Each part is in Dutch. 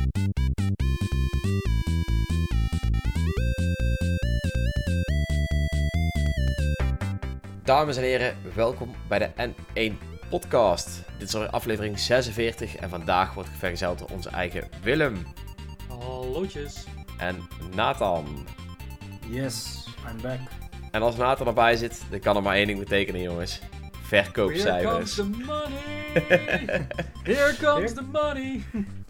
Dames en heren, welkom bij de N1 podcast. Dit is alweer aflevering 46 en vandaag wordt vergezeld door onze eigen Willem. Hallootjes. En Nathan. Yes, I'm back. En als Nathan erbij zit, dan kan er maar één ding betekenen, jongens. Verkoopcijfers. Here comes the money. Here comes the money.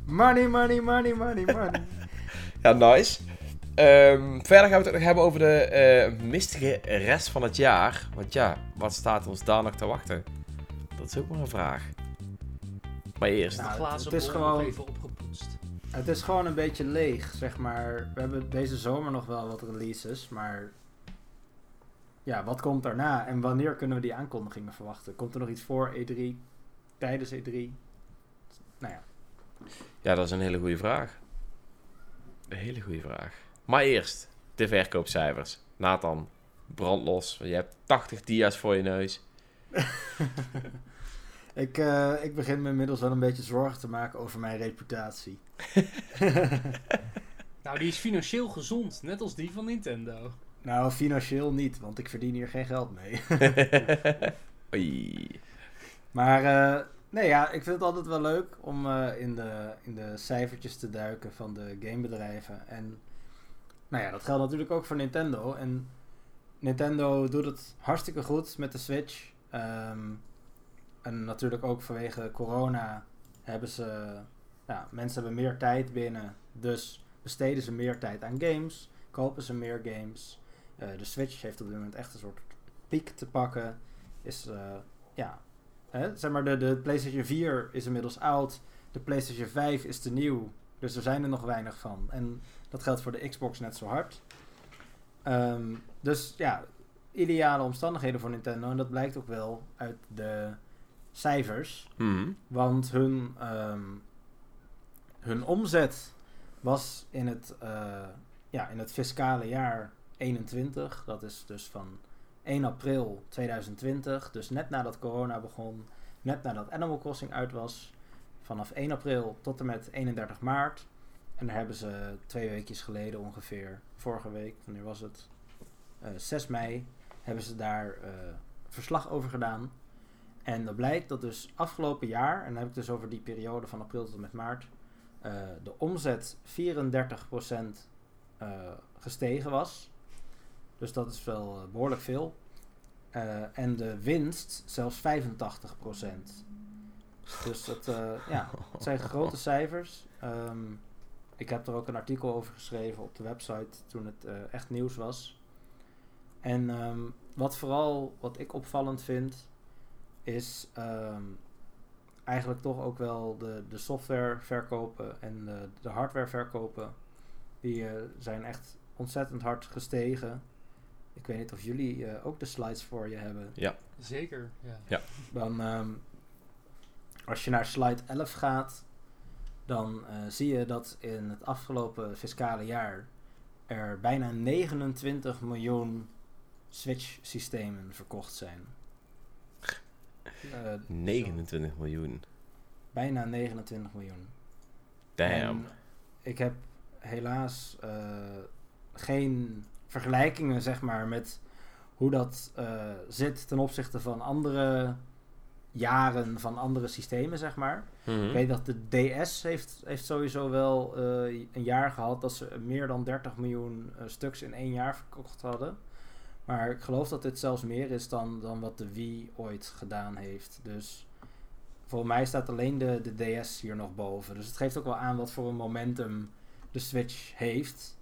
Money. Ja, nice. Verder gaan we het ook nog hebben over de mistige rest van het jaar. Want ja, wat staat ons daar nog te wachten? Dat is ook maar een vraag. Maar eerst. De Nou, glazen het is bol gewoon- nog even opgepoetst. Het is gewoon een beetje leeg, zeg maar. We hebben deze zomer nog wel wat releases, maar... Ja, wat komt daarna? En wanneer kunnen we die aankondigingen verwachten? Komt er nog iets voor E3? Tijdens E3? Nou ja. Ja, dat is een hele goede vraag. Een hele goede vraag. Maar eerst, de verkoopcijfers. Nathan, brandlos. Je hebt 80 dia's voor je neus. Ik begin me inmiddels wel een beetje zorgen te maken over mijn reputatie. Nou, die is financieel gezond, net als die van Nintendo. Nou, financieel niet, want ik verdien hier geen geld mee. Oei. Maar nee, ja, ik vind het altijd wel leuk om in de cijfertjes te duiken van de gamebedrijven. En nou ja, dat geldt natuurlijk ook voor Nintendo. En Nintendo doet het hartstikke goed met de Switch. En natuurlijk ook vanwege corona hebben ze... Ja, mensen hebben meer tijd binnen, dus besteden ze meer tijd aan games. Kopen ze meer games. De Switch heeft op dit moment echt een soort piek te pakken. Is, ja... zeg maar, de PlayStation 4 is inmiddels oud. De PlayStation 5 is te nieuw. Dus er zijn er nog weinig van. En dat geldt voor de Xbox net zo hard. Dus ja, ideale omstandigheden voor Nintendo. En dat blijkt ook wel uit de cijfers. Mhm. Want hun omzet was in het fiscale jaar 21. Dat is dus van 1 april 2020, dus net nadat corona begon, net nadat Animal Crossing uit was, vanaf 1 april tot en met 31 maart. En daar hebben ze 2 weekjes geleden ongeveer, vorige week, wanneer was het? 6 mei, hebben ze daar verslag over gedaan. En dat blijkt dat dus afgelopen jaar, en dan heb ik dus over die periode van april tot en met maart, de omzet 34% gestegen was. Dus dat is wel behoorlijk veel. En de winst zelfs 85%. Dus dat, het zijn grote cijfers. Ik heb er ook een artikel over geschreven op de website toen het echt nieuws was. En wat ik opvallend vind, is eigenlijk toch ook wel de software verkopen en de hardware verkopen. Die zijn echt ontzettend hard gestegen. Ik weet niet of jullie ook de slides voor je hebben. Ja. Zeker, ja. Dan, als je naar slide 11 gaat, dan zie je dat in het afgelopen fiscale jaar er bijna 29 miljoen Switch-systemen verkocht zijn. 29 miljoen. Bijna 29 miljoen. Damn. En ik heb helaas geen vergelijkingen, zeg maar, met hoe dat zit ten opzichte van andere jaren van andere systemen, zeg maar. Mhm. Ik weet dat de DS heeft sowieso wel een jaar gehad dat ze meer dan 30 miljoen stuks in 1 jaar verkocht hadden. Maar ik geloof dat dit zelfs meer is dan wat de Wii ooit gedaan heeft. Dus volgens mij staat alleen de DS hier nog boven. Dus het geeft ook wel aan wat voor een momentum de Switch heeft.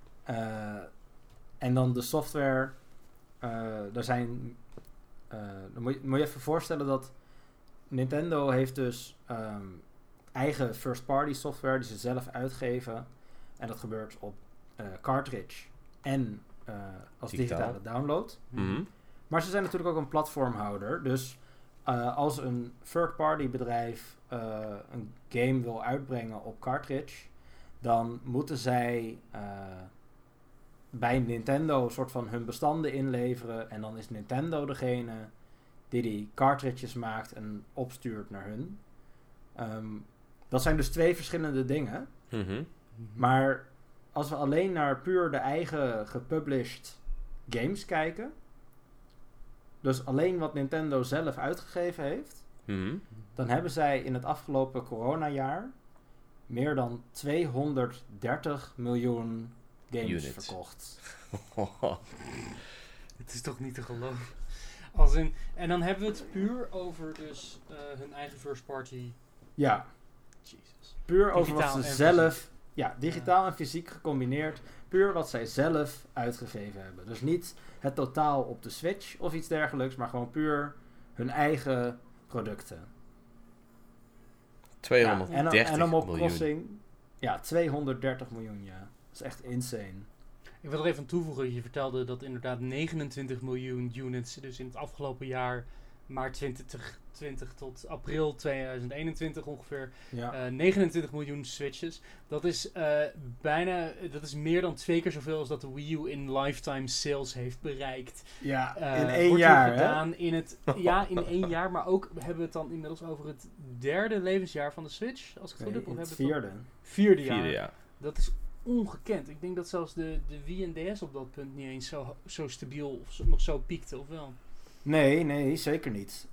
En dan de software. Dan moet je even voorstellen dat Nintendo heeft dus eigen first-party software die ze zelf uitgeven. En dat gebeurt op cartridge en als digitale download. Mhm. Maar ze zijn natuurlijk ook een platformhouder. Dus als een third-party bedrijf een game wil uitbrengen op cartridge, dan moeten zij bij Nintendo een soort van hun bestanden inleveren. En dan is Nintendo degene die cartridges maakt en opstuurt naar hun. Dat zijn dus 2 verschillende dingen. Mhm. Maar als we alleen naar puur de eigen gepublished games kijken, dus alleen wat Nintendo zelf uitgegeven heeft, Mhm. dan hebben zij in het afgelopen coronajaar meer dan 230 miljoen games Units. verkocht. Het is toch niet te geloven. En dan hebben we het puur over dus hun eigen first party. Ja, Jesus. puur over wat Digitaal ze en zelf... fysiek. Ja, digitaal en fysiek gecombineerd. Puur wat zij zelf uitgegeven hebben. Dus niet het totaal op de Switch of iets dergelijks, maar gewoon puur hun eigen producten. 230 Animal miljoen. Crossing, ja, 230 miljoen, ja. Dat is echt insane. Ik wil er even aan toevoegen. Je vertelde dat inderdaad 29 miljoen units, dus in het afgelopen jaar, maart 2020 tot april 2021 ongeveer, Ja, 29 miljoen Switches. Dat is dat is meer dan 2 keer zoveel als dat de Wii U in lifetime sales heeft bereikt. ja in Wordt 1 hier jaar, hè? gedaan in in 1 jaar, maar ook hebben we het dan inmiddels over het 3e levensjaar van de Switch, als ik het goed heb. Of het hebben we het 4e. dan 4e jaar. 4e jaar. Dat is ongekend. Ik denk dat zelfs de Wii en DS op dat punt niet eens zo stabiel of nog zo piekte, of wel? Nee, zeker niet.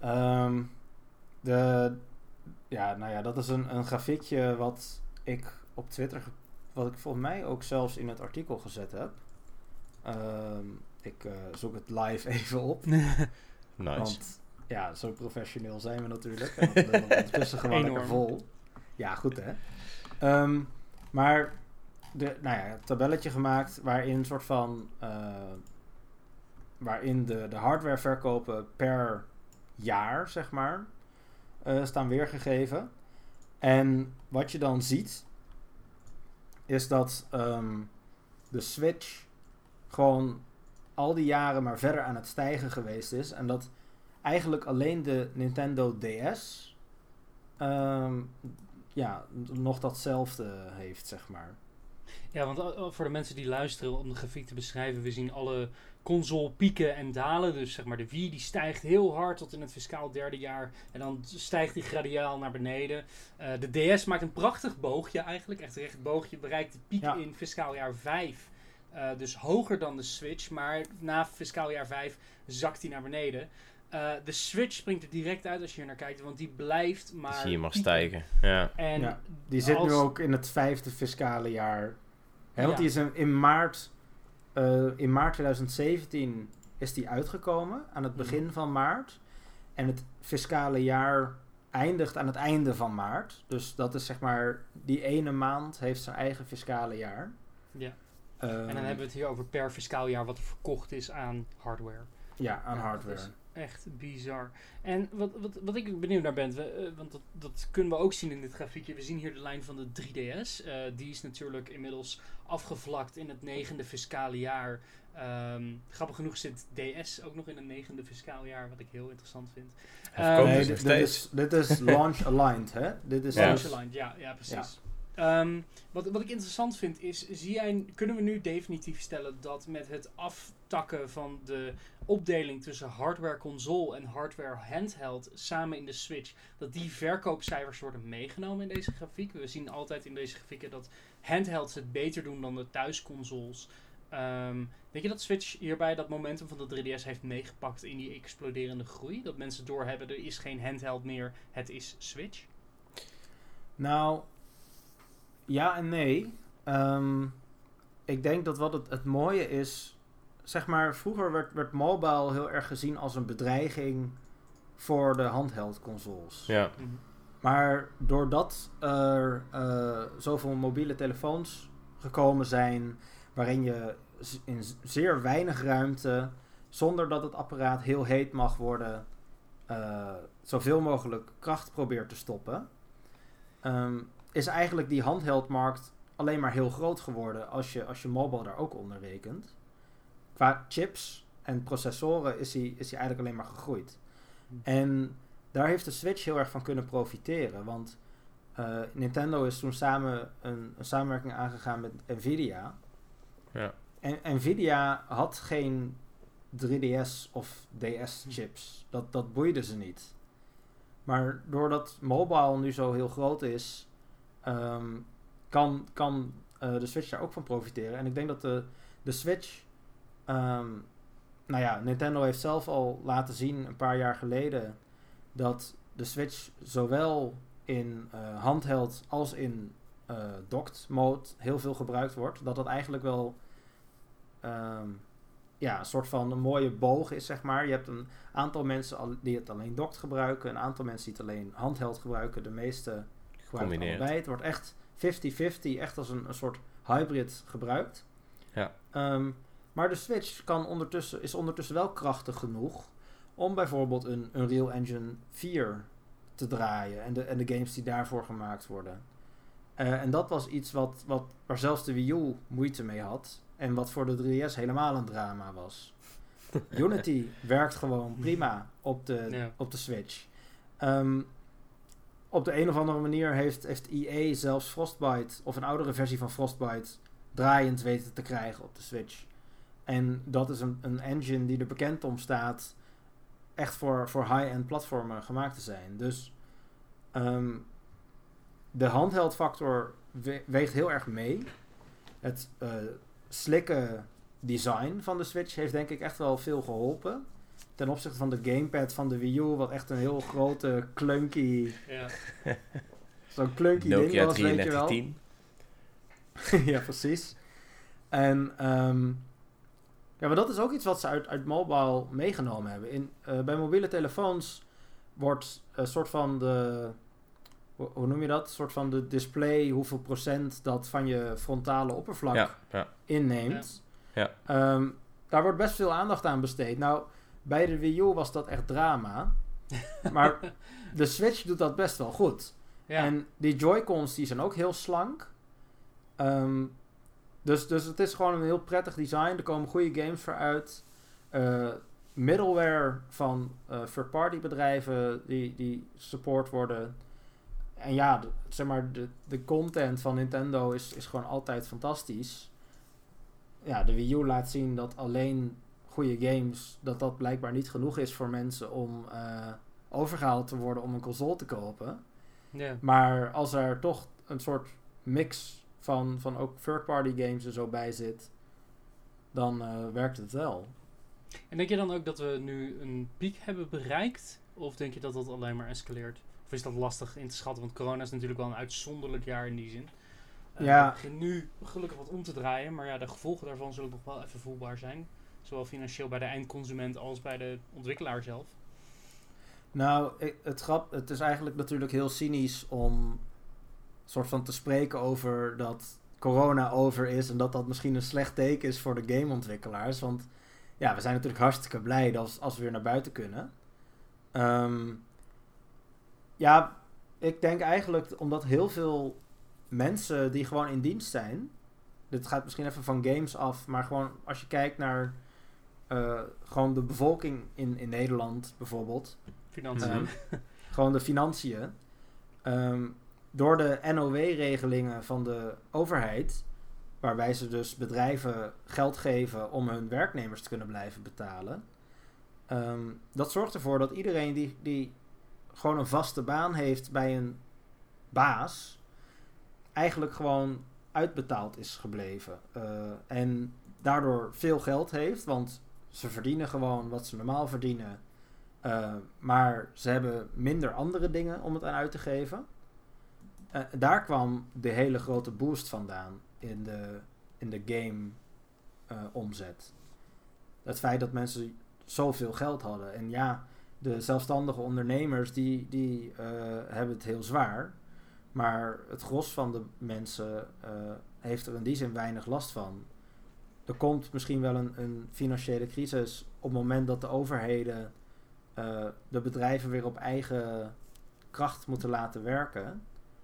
Dat is een grafiekje wat ik op Twitter, wat ik volgens mij ook zelfs in het artikel gezet heb. Ik zoek het live even op. Nice. Want ja, zo professioneel zijn we natuurlijk. En dat lullen we ondertussen gewoon lekker Enorm. vol. Ja, goed hè. Maar een tabelletje gemaakt waarin een soort van waarin de hardwareverkopen per jaar, zeg maar, staan weergegeven. En wat je dan ziet, is dat de Switch gewoon al die jaren maar verder aan het stijgen geweest is. En dat eigenlijk alleen de Nintendo DS nog datzelfde heeft, zeg maar. Ja, want voor de mensen die luisteren, om de grafiek te beschrijven, we zien alle console pieken en dalen. Dus zeg maar de Wii die stijgt heel hard tot in het fiscaal 3e jaar. En dan stijgt die gradiaal naar beneden. De DS maakt een prachtig boogje eigenlijk. Echt een recht boogje. Bereikt de piek in fiscaal jaar 5. Dus hoger dan de Switch. Maar na fiscaal jaar 5 zakt die naar beneden. De Switch springt er direct uit als je hier naar kijkt. Want die blijft maar Zie je maar pieken. stijgen. Ja. En Ja, die zit nu ook in het 5e fiscale jaar. Hè, want die is in maart 2017 is die uitgekomen. Aan het begin van maart. En het fiscale jaar eindigt aan het einde van maart. Dus dat is zeg maar, die ene maand heeft zijn eigen fiscale jaar. Ja. En dan hebben we het hier over per fiscaal jaar wat er verkocht is aan hardware. Ja, aan Ja, hardware. dat is echt bizar. En wat ik benieuwd naar ben, want dat kunnen we ook zien in dit grafiekje. We zien hier de lijn van de 3DS. Die is natuurlijk inmiddels afgevlakt in het 9e fiscale jaar. Grappig genoeg zit DS ook nog in het 9e fiscaal jaar, wat ik heel interessant vind. Verkopen ze nog steeds. Dit is launch aligned, hè? Dit is Ja. dus- Ja, precies. Wat ik interessant vind is, kunnen we nu definitief stellen dat met het aftakken van de opdeling tussen hardware console en hardware handheld samen in de Switch, dat die verkoopcijfers worden meegenomen in deze grafiek? We zien altijd in deze grafieken dat handhelds het beter doen dan de thuisconsoles. Denk je dat Switch hierbij dat momentum van de 3DS heeft meegepakt in die exploderende groei? Dat mensen doorhebben, er is geen handheld meer, het is Switch? Nou, ja en nee. Ik denk dat wat het mooie is, zeg maar, vroeger werd mobile heel erg gezien als een bedreiging voor de handheld consoles. Ja. Maar doordat er zoveel mobiele telefoons gekomen zijn, waarin je in zeer weinig ruimte, zonder dat het apparaat heel heet mag worden, zoveel mogelijk kracht probeert te stoppen, is eigenlijk die handheldmarkt alleen maar heel groot geworden als je mobile daar ook onder rekent. Qua chips en processoren is hij eigenlijk alleen maar gegroeid. En daar heeft de Switch heel erg van kunnen profiteren. Want Nintendo is toen samen een samenwerking aangegaan met Nvidia. Ja. En Nvidia had geen 3DS of DS chips. Dat boeide ze niet. Maar doordat mobile nu zo heel groot is, kan de Switch daar ook van profiteren. En ik denk dat de Switch... Nintendo heeft zelf al laten zien een paar jaar geleden dat de Switch zowel in handheld als in docked mode heel veel gebruikt wordt. Dat eigenlijk wel een soort van een mooie boog is, zeg maar. Je hebt een aantal mensen die het alleen docked gebruiken, een aantal mensen die het alleen handheld gebruiken, de meeste gebruiken allebei. Het wordt echt 50-50, echt als een soort hybrid gebruikt. Ja. Maar de Switch is ondertussen wel krachtig genoeg om bijvoorbeeld een Unreal Engine 4 te draaien en de games die daarvoor gemaakt worden. En dat was iets waar zelfs de Wii U moeite mee had en wat voor de 3DS helemaal een drama was. Unity werkt gewoon prima op de Switch. Op de een of andere manier heeft EA zelfs Frostbite of een oudere versie van Frostbite draaiend weten te krijgen op de Switch. En dat is een engine die er bekend om staat echt voor high-end platformen gemaakt te zijn. Dus de handheld factor weegt heel erg mee. Het slikke design van de Switch heeft denk ik echt wel veel geholpen. Ten opzichte van de gamepad van de Wii U, wat echt een heel grote, clunky... Ja. Zo'n clunky Nokia ding was, weet je wel. 3310. Ja, precies. En maar dat is ook iets wat ze uit mobile meegenomen hebben. Bij mobiele telefoons wordt een soort van hoe noem je dat? Een soort van de display, hoeveel procent dat van je frontale oppervlak inneemt. Ja. Daar wordt best veel aandacht aan besteed. Nou, bij de Wii U was dat echt drama. Maar de Switch doet dat best wel goed. Ja. En die Joy-Cons die zijn ook heel slank. Dus het is gewoon een heel prettig design. Er komen goede games voor uit. Middleware van third-party bedrijven die support worden. En ja, de content van Nintendo is gewoon altijd fantastisch. Ja, de Wii U laat zien dat alleen goede games, dat blijkbaar niet genoeg is voor mensen om overgehaald te worden om een console te kopen. Yeah. Maar als er toch een soort mix van ook third-party games er zo bij zit, dan werkt het wel. En denk je dan ook dat we nu een piek hebben bereikt? Of denk je dat dat alleen maar escaleert? Of is dat lastig in te schatten? Want corona is natuurlijk wel een uitzonderlijk jaar in die zin. Ja. We beginnen nu gelukkig wat om te draaien, maar ja, de gevolgen daarvan zullen nog wel even voelbaar zijn. Zowel financieel bij de eindconsument als bij de ontwikkelaar zelf. Nou, het is eigenlijk natuurlijk heel cynisch om soort van te spreken over dat corona over is en dat misschien een slecht teken is voor de gameontwikkelaars. Want ja, we zijn natuurlijk hartstikke blij als we weer naar buiten kunnen. Ik denk eigenlijk omdat heel veel mensen die gewoon in dienst zijn, dit gaat misschien even van games af, maar gewoon als je kijkt naar gewoon de bevolking in Nederland bijvoorbeeld. Financiën. Gewoon de financiën. Door de NOW-regelingen van de overheid, waarbij ze dus bedrijven geld geven om hun werknemers te kunnen blijven betalen. Dat zorgt ervoor dat iedereen die gewoon een vaste baan heeft bij een baas, eigenlijk gewoon uitbetaald is gebleven. En daardoor veel geld heeft, want ze verdienen gewoon wat ze normaal verdienen. Maar ze hebben minder andere dingen om het aan uit te geven. Daar kwam de hele grote boost vandaan in de game omzet. Het feit dat mensen zoveel geld hadden. En ja, de zelfstandige ondernemers die hebben het heel zwaar. Maar het gros van de mensen heeft er in die zin weinig last van. Er komt misschien wel een financiële crisis op het moment dat de overheden de bedrijven weer op eigen kracht moeten laten werken.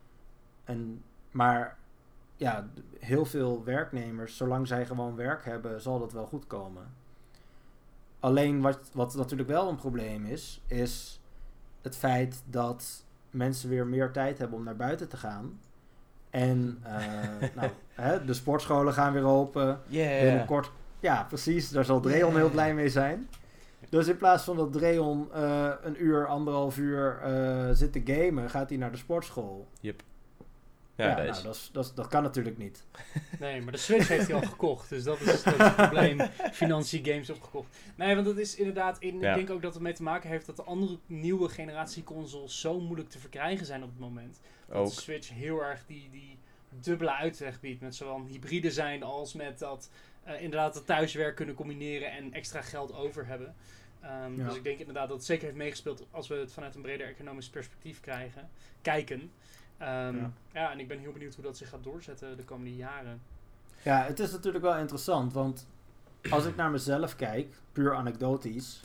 Maar ja, heel veel werknemers, zolang zij gewoon werk hebben, zal dat wel goed komen. Alleen wat natuurlijk wel een probleem is het feit dat mensen weer meer tijd hebben om naar buiten te gaan. En de sportscholen gaan weer open. Yeah. Binnenkort, ja precies, daar zal Dreon heel blij mee zijn. Dus in plaats van dat Dreon een uur, 1,5 uur zit te gamen, gaat hij naar de sportschool. Yep. Ja, dat is. Nou, dat kan natuurlijk niet. Nee, maar de Switch heeft hij al gekocht. Dus dat is het probleem. Financiën games opgekocht. Nee, want dat is inderdaad... Ik denk ook dat het mee te maken heeft dat de andere nieuwe generatie consoles zo moeilijk te verkrijgen zijn op het moment. Dat de Switch heel erg die dubbele uitweg biedt. Met zowel een hybride zijn als met dat inderdaad het thuiswerk kunnen combineren en extra geld over hebben. Dus ik denk inderdaad dat het zeker heeft meegespeeld als we het vanuit een breder economisch perspectief kijken. En ik ben heel benieuwd hoe dat zich gaat doorzetten de komende jaren. Ja, het is natuurlijk wel interessant, want als ik naar mezelf kijk, puur anekdotisch,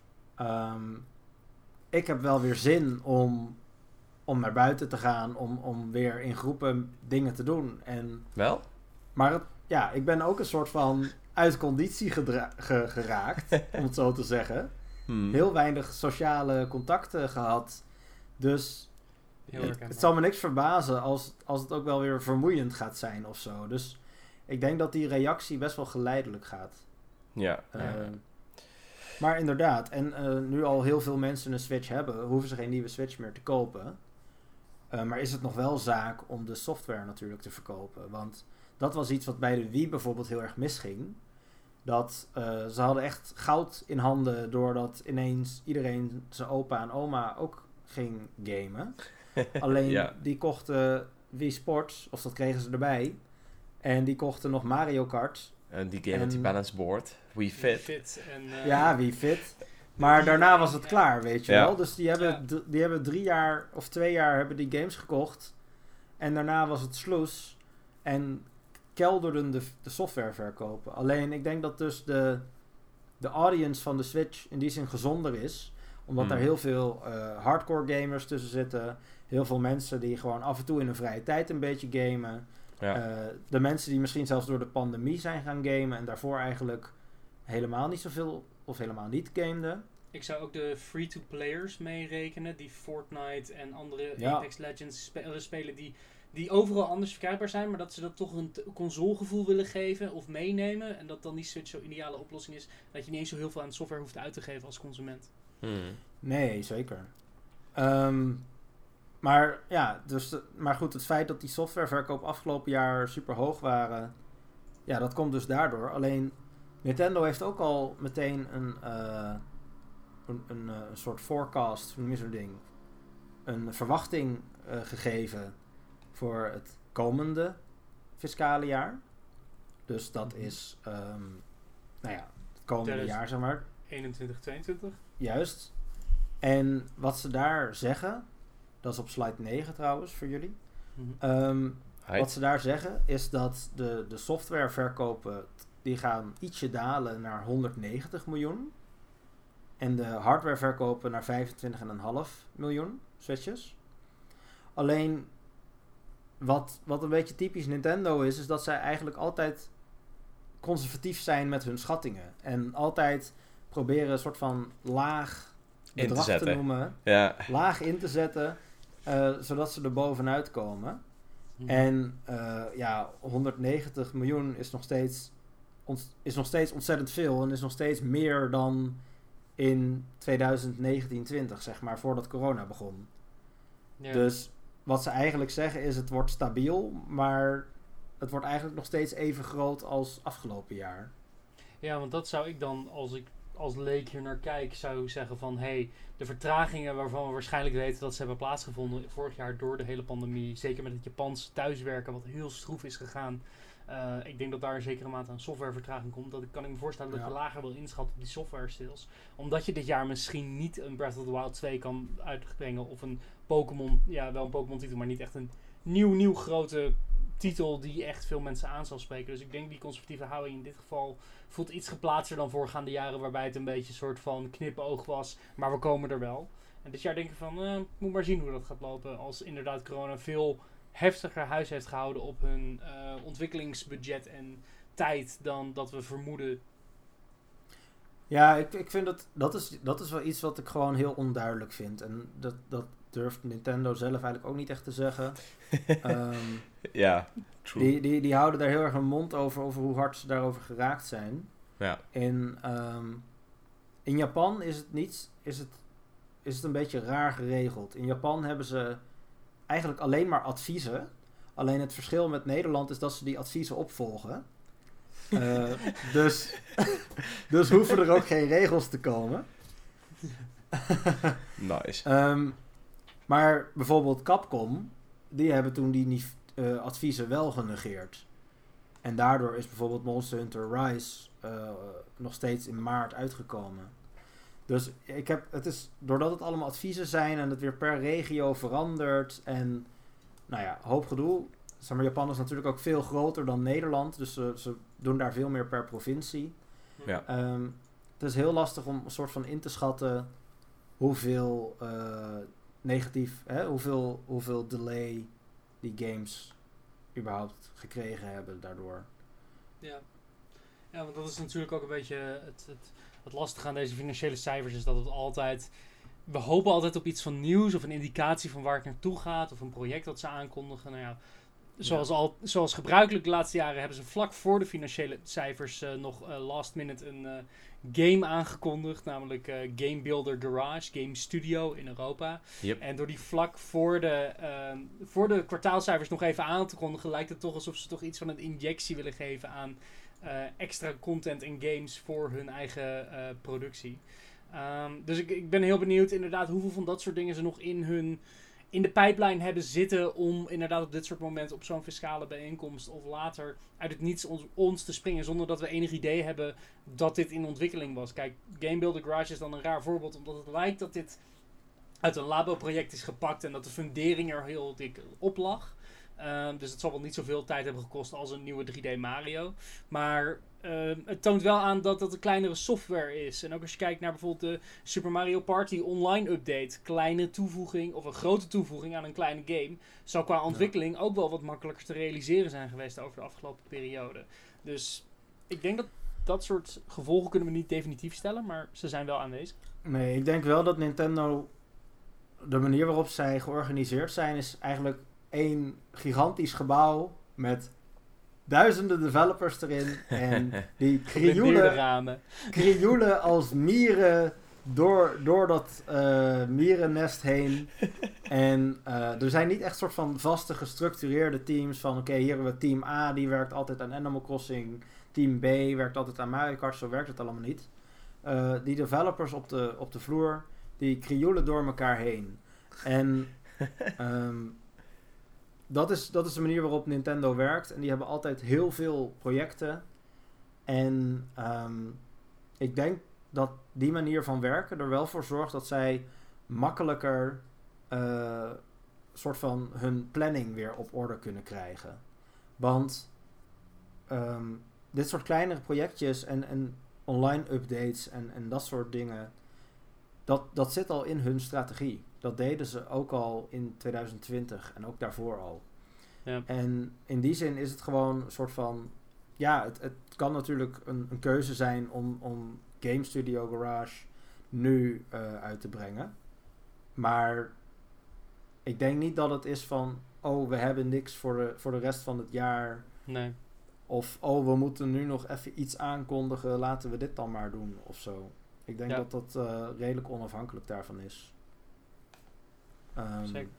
ik heb wel weer zin om naar buiten te gaan, om weer in groepen dingen te doen. Wel? Maar ik ben ook een soort van uit conditie geraakt, om het zo te zeggen. Heel weinig sociale contacten gehad. Dus het zal me niks verbazen als het ook wel weer vermoeiend gaat zijn of zo. Dus ik denk dat die reactie best wel geleidelijk gaat. Ja. Maar inderdaad, en nu al heel veel mensen een Switch hebben, hoeven ze geen nieuwe Switch meer te kopen. Maar is het nog wel zaak om de software natuurlijk te verkopen? Want dat was iets wat bij de Wii bijvoorbeeld heel erg misging. Dat ze hadden echt goud in handen doordat ineens iedereen zijn opa en oma ook ging gamen. Alleen die kochten Wii Sports, of dat kregen ze erbij. En die kochten nog Mario Kart. En die game met die balance board. Wii Fit. Wii Fit. Maar daarna was het klaar, weet je wel. Dus die hebben 3 jaar of 2 jaar hebben die games gekocht. En daarna was het sloes. En kelderden de software verkopen. Alleen ik denk dat dus de audience van de Switch in die zin gezonder is. Omdat daar heel veel hardcore gamers tussen zitten. Heel veel mensen die gewoon af en toe in hun vrije tijd een beetje gamen. Ja. De mensen die misschien zelfs door de pandemie zijn gaan gamen. En daarvoor eigenlijk helemaal niet zoveel of helemaal niet gameden. Ik zou ook de free-to-players meerekenen. Die Fortnite en andere Apex Legends spelen die overal anders verkrijgbaar zijn. Maar dat ze dat toch een consolegevoel willen geven of meenemen. En dat dan die Switch zo'n ideale oplossing is. Dat je niet eens zo heel veel aan de software hoeft uit te geven als consument. Nee, zeker. Maar goed, het feit dat die softwareverkoop afgelopen jaar super hoog waren. Ja, dat komt dus daardoor. Alleen Nintendo heeft ook al meteen een soort forecast, hoe noem je zo'n ding? Een verwachting gegeven voor het komende fiscale jaar. Dus dat is het komende jaar, zeg maar. 21, 22. Juist. En wat ze daar zeggen, dat is op slide 9 trouwens voor jullie. Wat ze daar zeggen is dat de softwareverkopen die gaan ietsje dalen naar 190 miljoen. En de hardwareverkopen naar 25,5 miljoen Switches. Alleen wat een beetje typisch Nintendo is dat zij eigenlijk altijd conservatief zijn met hun schattingen. En altijd proberen een soort van laag bedrag te noemen. Ja. Laag in te zetten, zodat ze er bovenuit komen. En 190 miljoen is nog steeds ontzettend veel. En is nog steeds meer dan in 2019-20, zeg maar, voordat corona begon. Ja. Dus wat ze eigenlijk zeggen is, het wordt stabiel, maar het wordt eigenlijk nog steeds even groot als afgelopen jaar. Ja, want dat zou ik dan, als ik als leek hier naar kijk, zou zeggen van de vertragingen waarvan we waarschijnlijk weten dat ze hebben plaatsgevonden vorig jaar door de hele pandemie, zeker met het Japans thuiswerken wat heel stroef is gegaan. Ik denk dat daar een zekere mate aan softwarevertraging komt. Dat kan ik me voorstellen dat je lager wil inschatten op die software sales. Omdat je dit jaar misschien niet een Breath of the Wild 2 kan uitbrengen of een Pokémon, wel een Pokémon titel, maar niet echt een nieuw grote titel die echt veel mensen aan zal spreken. Dus ik denk die conservatieve houding in dit geval voelt iets geplaatster dan voorgaande jaren, waarbij het een beetje een soort van knipoog was, maar we komen er wel. En dit jaar denk ik van, moet maar zien hoe dat gaat lopen als inderdaad corona veel heftiger huis heeft gehouden op hun ontwikkelingsbudget en tijd dan dat we vermoeden. Ja, ik vind dat is wel iets wat ik gewoon heel onduidelijk vind. En dat durft Nintendo zelf eigenlijk ook niet echt te zeggen. True. Die houden daar heel erg een mond over hoe hard ze daarover geraakt zijn. Ja. In Japan is het een beetje raar geregeld. In Japan hebben ze eigenlijk alleen maar adviezen Alleen het verschil met Nederland is dat ze die adviezen opvolgen. Dus hoeven er ook geen regels te komen. Nice. Maar bijvoorbeeld Capcom, die hebben toen die adviezen wel genegeerd. En daardoor is bijvoorbeeld Monster Hunter Rise nog steeds in maart uitgekomen. Dus het is, doordat het allemaal adviezen zijn en het weer per regio verandert en nou ja, hoop gedoe. Zeg maar, Japan is natuurlijk ook veel groter dan Nederland, dus ze doen daar veel meer per provincie. Ja. Het is heel lastig om een soort van in te schatten hoeveel hoeveel delay die games überhaupt gekregen hebben daardoor. Ja, want dat is natuurlijk ook een beetje het lastige aan deze financiële cijfers is dat het altijd... We hopen altijd op iets van nieuws of een indicatie van waar het naartoe gaat of een project dat ze aankondigen. Nou ja, zoals gebruikelijk de laatste jaren hebben ze vlak voor de financiële cijfers nog last minute een game aangekondigd. Namelijk Game Builder Garage, Game Studio in Europa. Yep. En door die vlak voor de kwartaalcijfers nog even aan te kondigen, lijkt het toch alsof ze toch iets van een injectie willen geven aan extra content en games voor hun eigen productie. Dus ik ben heel benieuwd inderdaad hoeveel van dat soort dingen ze nog in de pijplijn hebben zitten om inderdaad op dit soort momenten op zo'n fiscale bijeenkomst of later uit het niets ons te springen zonder dat we enig idee hebben dat dit in ontwikkeling was. Kijk, Game Builder Garage is dan een raar voorbeeld omdat het lijkt dat dit uit een labo-project is gepakt en dat de fundering er heel dik op lag. Dus het zal wel niet zoveel tijd hebben gekost als een nieuwe 3D Mario. Maar het toont wel aan dat het een kleinere software is. En ook als je kijkt naar bijvoorbeeld de Super Mario Party online update. Kleine toevoeging of een grote toevoeging aan een kleine game. Zou qua ontwikkeling ook wel wat makkelijker te realiseren zijn geweest over de afgelopen periode. Dus ik denk dat soort gevolgen kunnen we niet definitief stellen. Maar ze zijn wel aanwezig. Nee, ik denk wel dat Nintendo... De manier waarop zij georganiseerd zijn is eigenlijk één gigantisch gebouw met duizenden developers erin en die krioelen als mieren door dat mierennest heen. En er zijn niet echt soort van vaste gestructureerde teams van oké, hier hebben we team A, die werkt altijd aan Animal Crossing, team B werkt altijd aan Mario Kart, zo werkt het allemaal niet. Die developers op de vloer, die krioelen door elkaar heen. En dat is de manier waarop Nintendo werkt. En die hebben altijd heel veel projecten. En ik denk dat die manier van werken er wel voor zorgt dat zij makkelijker soort van hun planning weer op orde kunnen krijgen. Want dit soort kleinere projectjes en online updates en dat soort dingen, dat zit al in hun strategie. Dat deden ze ook al in 2020 en ook daarvoor al. Ja. En in die zin is het gewoon een soort van... Ja, het kan natuurlijk een keuze zijn om Game Studio Garage nu uit te brengen. Maar ik denk niet dat het is van... Oh, we hebben niks voor de rest van het jaar. Nee. Of, oh, we moeten nu nog even iets aankondigen. Laten we dit dan maar doen of zo. Ik denk dat dat redelijk onafhankelijk daarvan is. Zeker.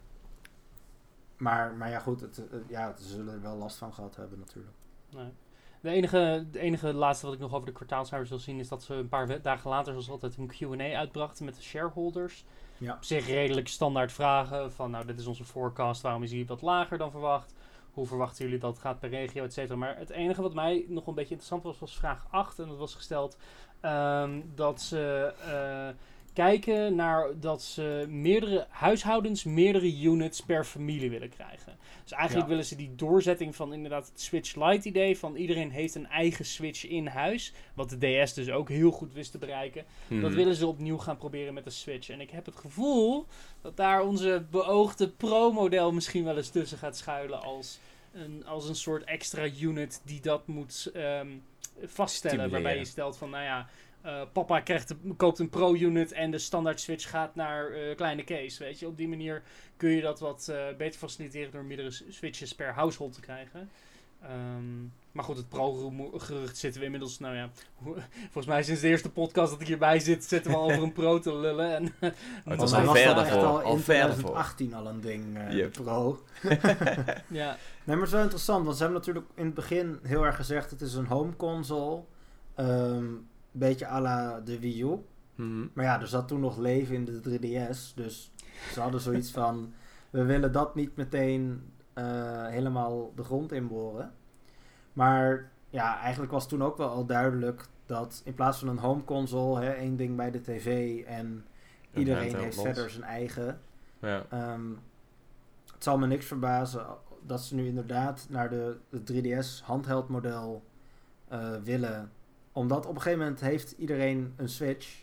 Maar ja, goed, ze zullen er wel last van gehad hebben natuurlijk. Nee. De enige laatste wat ik nog over de kwartaalcijfers wil zien is dat ze een paar dagen later zoals altijd een Q&A uitbrachten met de shareholders. Ja. Op zich redelijk standaard vragen van nou dit is onze forecast, waarom is die wat lager dan verwacht? Hoe verwachten jullie dat het gaat per regio, et cetera. Maar het enige wat mij nog een beetje interessant was vraag 8 en dat was gesteld dat ze... kijken naar dat ze meerdere huishoudens, meerdere units per familie willen krijgen. Dus eigenlijk willen ze die doorzetting van inderdaad het Switch Lite idee van iedereen heeft een eigen Switch in huis, wat de DS dus ook heel goed wist te bereiken. Dat willen ze opnieuw gaan proberen met de Switch. En ik heb het gevoel dat daar onze beoogde Pro-model misschien wel eens tussen gaat schuilen als een soort extra unit die dat moet vaststellen. Waarbij je stelt van nou ja, papa koopt een Pro-unit en de standaard Switch gaat naar kleine case, weet je. Op die manier kun je dat wat beter faciliteren door meerdere Switches per household te krijgen. Maar goed, het pro-gerucht zitten we inmiddels, volgens mij sinds de eerste podcast dat ik hierbij zit, zitten we al over een pro te lullen. En, Het was Maar al was verder dat echt voor, al al in verder 2018 al een ding, Yep. pro. ja. Nee, maar het is wel interessant, want ze hebben natuurlijk in het begin heel erg gezegd, het is een home console. Een beetje à la de Wii U. Mhm. Maar ja, er zat toen nog leven in de 3DS. Dus ze hadden zoiets van, we willen dat niet meteen helemaal de grond inboren. Maar ja, eigenlijk was toen ook wel al duidelijk dat in plaats van een home console, één ding bij de tv en iedereen handheld heeft los. verder zijn eigen. Ja. Het zal me niks verbazen dat ze nu inderdaad naar de 3DS handheld model willen. Omdat op een gegeven moment heeft iedereen een Switch.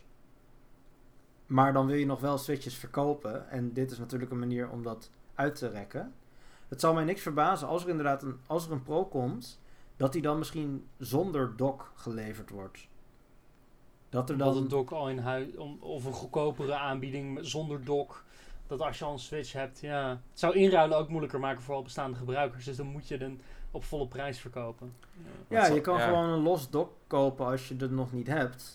Maar dan wil je nog wel Switches verkopen. En dit is natuurlijk een manier om dat uit te rekken. Het zal mij niks verbazen als er inderdaad als er een Pro komt, dat die dan misschien zonder dock geleverd wordt. Dat er Dat dan... een dock al in huis, of een goedkopere aanbieding zonder dock. Dat als je al een Switch hebt, ja. Het zou inruilen ook moeilijker maken voor al bestaande gebruikers. Dus dan moet je dan op volle prijs verkopen. Ja, je kan Ja. gewoon een los dock kopen als je het nog niet hebt.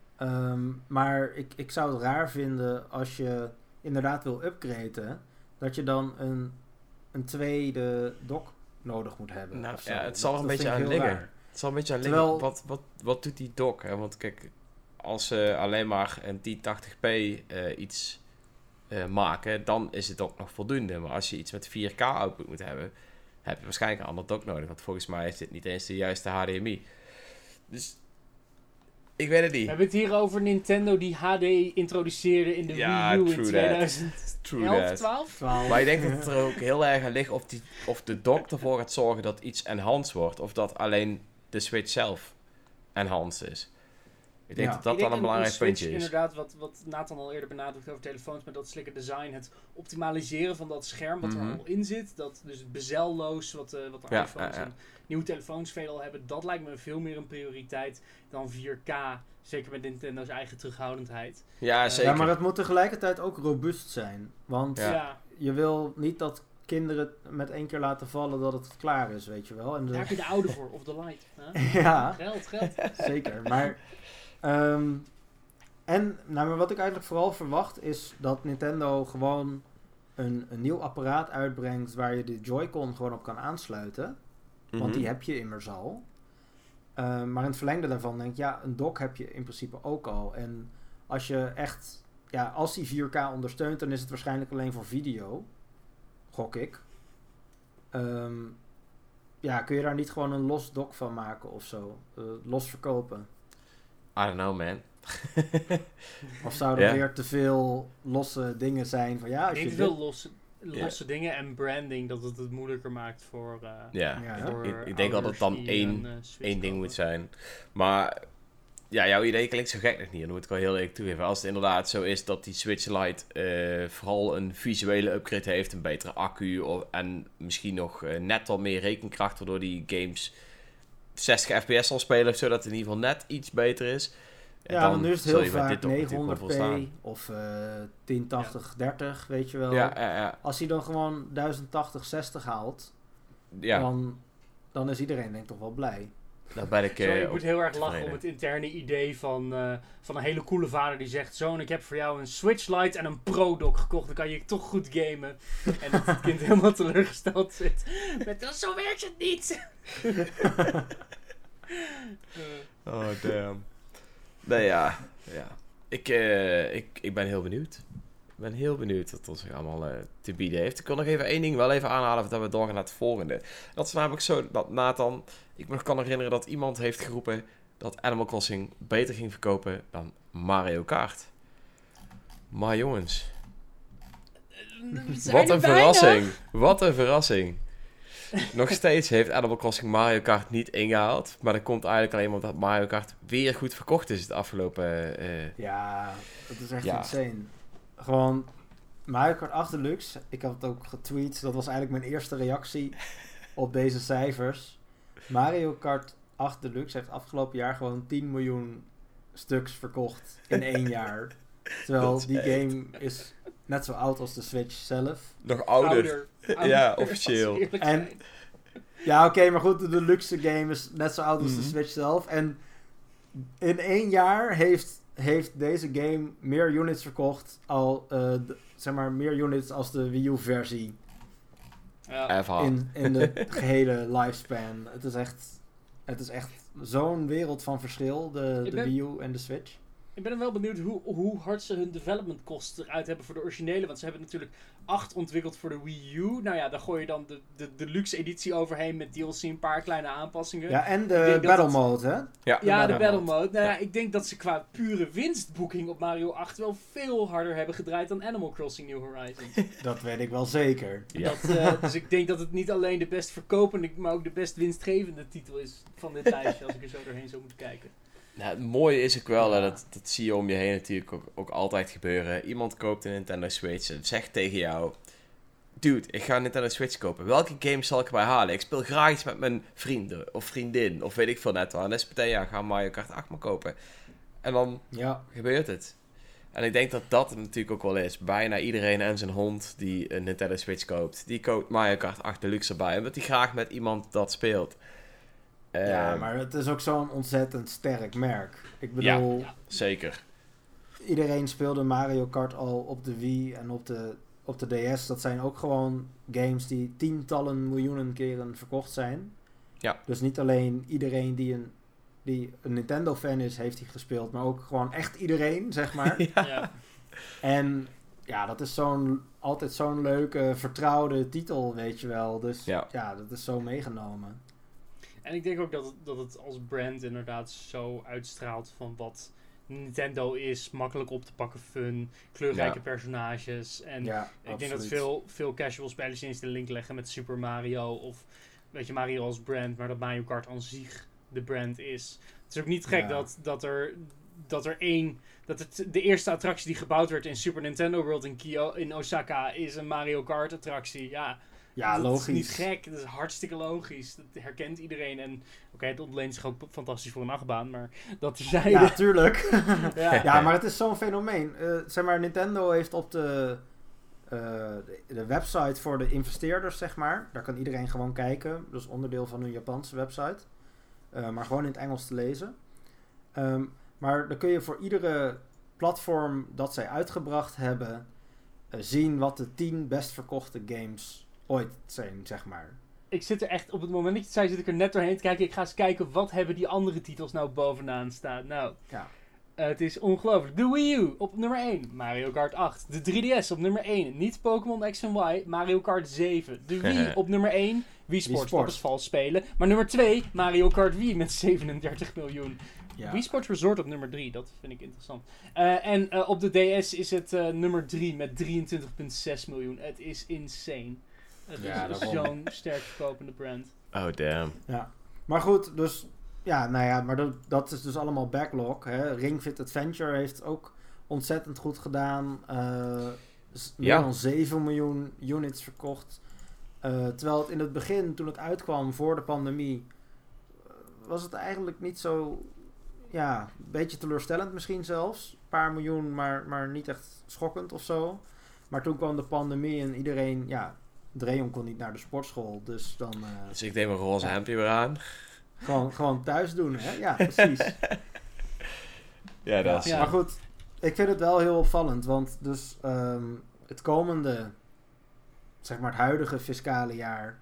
Maar ik zou het raar vinden als je inderdaad wil upgraden, dat je dan een tweede dock nodig moet hebben. Nou, of zo. ja, het zal er een Dat beetje vind ik aan heel liggen. raar. Het zal een beetje aan Terwijl- liggen. Wat doet die dock? Hè? Want kijk, als ze alleen maar een 1080p iets maken, dan is het ook nog voldoende. Maar als je iets met 4K output moet hebben, heb je waarschijnlijk een ander dock nodig. Want volgens mij is dit niet eens de juiste HDMI. Dus ik weet het We niet. hebben het hier over Nintendo die HD introduceerde in de Ja, Wii U in true that. 2011, True that. 12? 12. Maar ik denk dat het er ook heel erg aan ligt of de dock ervoor gaat zorgen dat iets enhanced wordt. Of dat alleen de Switch zelf enhanced is. Ik denk Ja. dat dat Ik denk wel een belangrijk Switch, puntje is. Inderdaad, wat Nathan al eerder benadrukt over telefoons, met dat slikke design, het optimaliseren van dat scherm wat Mhm. er al in zit, dat dus het bezelloos wat de Ja, iPhones ja. en nieuwe telefoons veelal hebben, dat lijkt me veel meer een prioriteit dan 4K, zeker met Nintendo's eigen terughoudendheid. Ja, zeker. Ja, maar het moet tegelijkertijd ook robuust zijn. Want Ja. je wil niet dat kinderen met 1 keer laten vallen dat het klaar is, weet je wel. En Daar heb je de oude voor, of de light. Hè? ja, Geld. zeker. Maar, maar wat ik eigenlijk vooral verwacht is dat Nintendo gewoon een nieuw apparaat uitbrengt waar je de Joy-Con gewoon op kan aansluiten. Want Mhm. die heb je immers al. Maar in het verlengde daarvan denk ik, ja, een dock heb je in principe ook al. En als je echt, ja, als die 4K ondersteunt, dan is het waarschijnlijk alleen voor video. Gok ik. Ja, kun je daar niet gewoon een los dock van maken of zo? Los verkopen? I don't know, man. Of zouden er Ja. weer te veel losse dingen zijn van, ja, Ik als denk je te veel dit... losse dingen en branding, dat het moeilijker maakt voor... Ja, Ja. voor ik denk wel dat het dan ouders die een, Switch één ding kopen. moet zijn. Maar ja, jouw idee klinkt zo gek nog niet. En dat moet ik wel heel eerlijk toegeven. Als het inderdaad zo is dat die Switch Lite vooral een visuele upgrade heeft, een betere accu en misschien nog net wat meer rekenkracht, waardoor die games 60 fps zal spelen, zodat het in ieder geval net iets beter is. Ja, want nu is het zul heel je met vaak dit ook natuurlijk wel volstaan. 900p of 1080-30, weet je wel. Ja. Als hij dan gewoon 1080-60 haalt, Ja. dan is iedereen denk ik toch wel blij. Dan ben ik Sorry, ik ook moet heel erg lachen tevreden. om het interne idee van een hele coole vader die zegt: zoon, ik heb voor jou een Switch Lite en een Pro-dock gekocht, dan kan je toch goed gamen. En dat het kind helemaal teleurgesteld zit. Zo werkt het niet! Oh, damn. Nee, ja. Ik ben heel benieuwd. Ik ben heel benieuwd wat ons allemaal te bieden heeft. Ik wil nog even één ding wel even aanhalen voordat we doorgaan naar het volgende. Dat is namelijk zo dat Nathan... Ik me nog kan herinneren dat iemand heeft geroepen dat Animal Crossing beter ging verkopen dan Mario Kart. Maar jongens, wat een verrassing. Wat een verrassing. Nog steeds heeft Animal Crossing Mario Kart niet ingehaald. Maar dat komt eigenlijk alleen omdat Mario Kart weer goed verkocht is het afgelopen... Ja, dat is echt Ja. insane. Gewoon Mario Kart 8 Deluxe. Ik had het ook getweet. Dat was eigenlijk mijn eerste reactie op deze cijfers. Mario Kart 8 Deluxe heeft afgelopen jaar gewoon 10 miljoen stuks verkocht in 1 jaar. Terwijl Dat is die echt. game is net zo oud als de Switch zelf. Nog ouder. Ja, Als we officieel. eerlijk En- zijn. Ja, oké, maar goed, de luxe game is net zo oud als de Switch zelf. En in 1 jaar heeft deze game meer units verkocht zeg maar meer units als de Wii U versie in de gehele lifespan. Het is echt zo'n wereld van verschil, de Wii U en de Switch. Ik ben wel benieuwd hoe hard ze hun development costs eruit hebben voor de originele. Want ze hebben natuurlijk 8 ontwikkeld voor de Wii U. Nou ja, daar gooi je dan de deluxe editie overheen met DLC, een paar kleine aanpassingen. Ja, en de battle mode, hè? Ja, de battle mode. Nou ja, ik denk dat ze qua pure winstboeking op Mario 8 wel veel harder hebben gedraaid dan Animal Crossing New Horizons. Dat weet ik wel zeker. Ja. Dus ik denk dat het niet alleen de best verkopende, maar ook de best winstgevende titel is van dit lijstje, als ik er zo doorheen zou moeten kijken. Nou, het mooie is ook wel, dat zie je om je heen natuurlijk ook altijd gebeuren. Iemand koopt een Nintendo Switch en zegt tegen jou... Dude, ik ga een Nintendo Switch kopen. Welke games zal ik erbij halen? Ik speel graag iets met mijn vrienden of vriendin of weet ik veel net wel. En dan is het meteen, ga Mario Kart 8 maar kopen. En dan gebeurt het. En ik denk dat dat het natuurlijk ook wel is. Bijna iedereen en zijn hond die een Nintendo Switch koopt, die koopt Mario Kart 8 Deluxe erbij. Omdat hij graag met iemand dat speelt. Ja, maar het is ook zo'n ontzettend sterk merk. Ik bedoel... Ja, zeker. Iedereen speelde Mario Kart al op de Wii en op de DS. Dat zijn ook gewoon games die tientallen miljoenen keren verkocht zijn. Ja. Dus niet alleen iedereen die een Nintendo-fan is, heeft die gespeeld. Maar ook gewoon echt iedereen, zeg maar. Ja. En ja, dat is altijd zo'n leuke, vertrouwde titel, weet je wel. Dus ja dat is zo meegenomen. En ik denk ook dat het als brand inderdaad zo uitstraalt van wat Nintendo is. Makkelijk op te pakken fun, kleurrijke personages. En ik denk dat veel casual spelers eens de link leggen met Super Mario of weet je, Mario als brand, maar dat Mario Kart aan zich de brand is. Het is ook niet gek dat de eerste attractie die gebouwd werd in Super Nintendo World in Osaka is een Mario Kart attractie. Ja, dat logisch. is niet gek. Dat is hartstikke logisch. Dat herkent iedereen. En het ontleent zich ook fantastisch voor een achtbaan, maar dat terzijde. Ja, tuurlijk. Ja, maar het is zo'n fenomeen. Zeg maar, Nintendo heeft op de website voor de investeerders, zeg maar. Daar kan iedereen gewoon kijken. Dat is onderdeel van hun Japanse website. Maar gewoon in het Engels te lezen. Maar dan kun je voor iedere platform dat zij uitgebracht hebben zien wat de 10 best verkochte games ooit zijn, zeg maar. Ik zit er echt, op het moment dat je het zei, zit ik er net doorheen te kijken. Ik ga eens kijken, wat hebben die andere titels nou bovenaan staan? Nou, het is ongelooflijk. De Wii U op nummer 1, Mario Kart 8. De 3DS op nummer 1, niet Pokémon X en Y, Mario Kart 7. De Wii op nummer 1, Wii Sports, dat is vals spelen. Maar nummer 2, Mario Kart Wii met 37 miljoen. Ja. Wii Sports Resort op nummer 3, dat vind ik interessant. En op de DS is het nummer 3 met 23,6 miljoen. Het is insane. Het is zo'n sterk verkopende brand. Oh, damn. Ja, maar goed, dus... maar dat is dus allemaal backlog. Hè. Ring Fit Adventure heeft ook ontzettend goed gedaan. Meer dan 7 miljoen units verkocht. Terwijl het in het begin, toen het uitkwam voor de pandemie... was het eigenlijk niet zo... Ja, een beetje teleurstellend misschien zelfs. Een paar miljoen, maar niet echt schokkend of zo. Maar toen kwam de pandemie en iedereen... Ja, Dreon kon niet naar de sportschool, dus dan... dus ik neem een roze hemdje weer aan. Gewoon thuis doen, hè? Ja, precies. Dat is... Maar goed, ik vind het wel heel opvallend, want dus het komende, zeg maar het huidige fiscale jaar,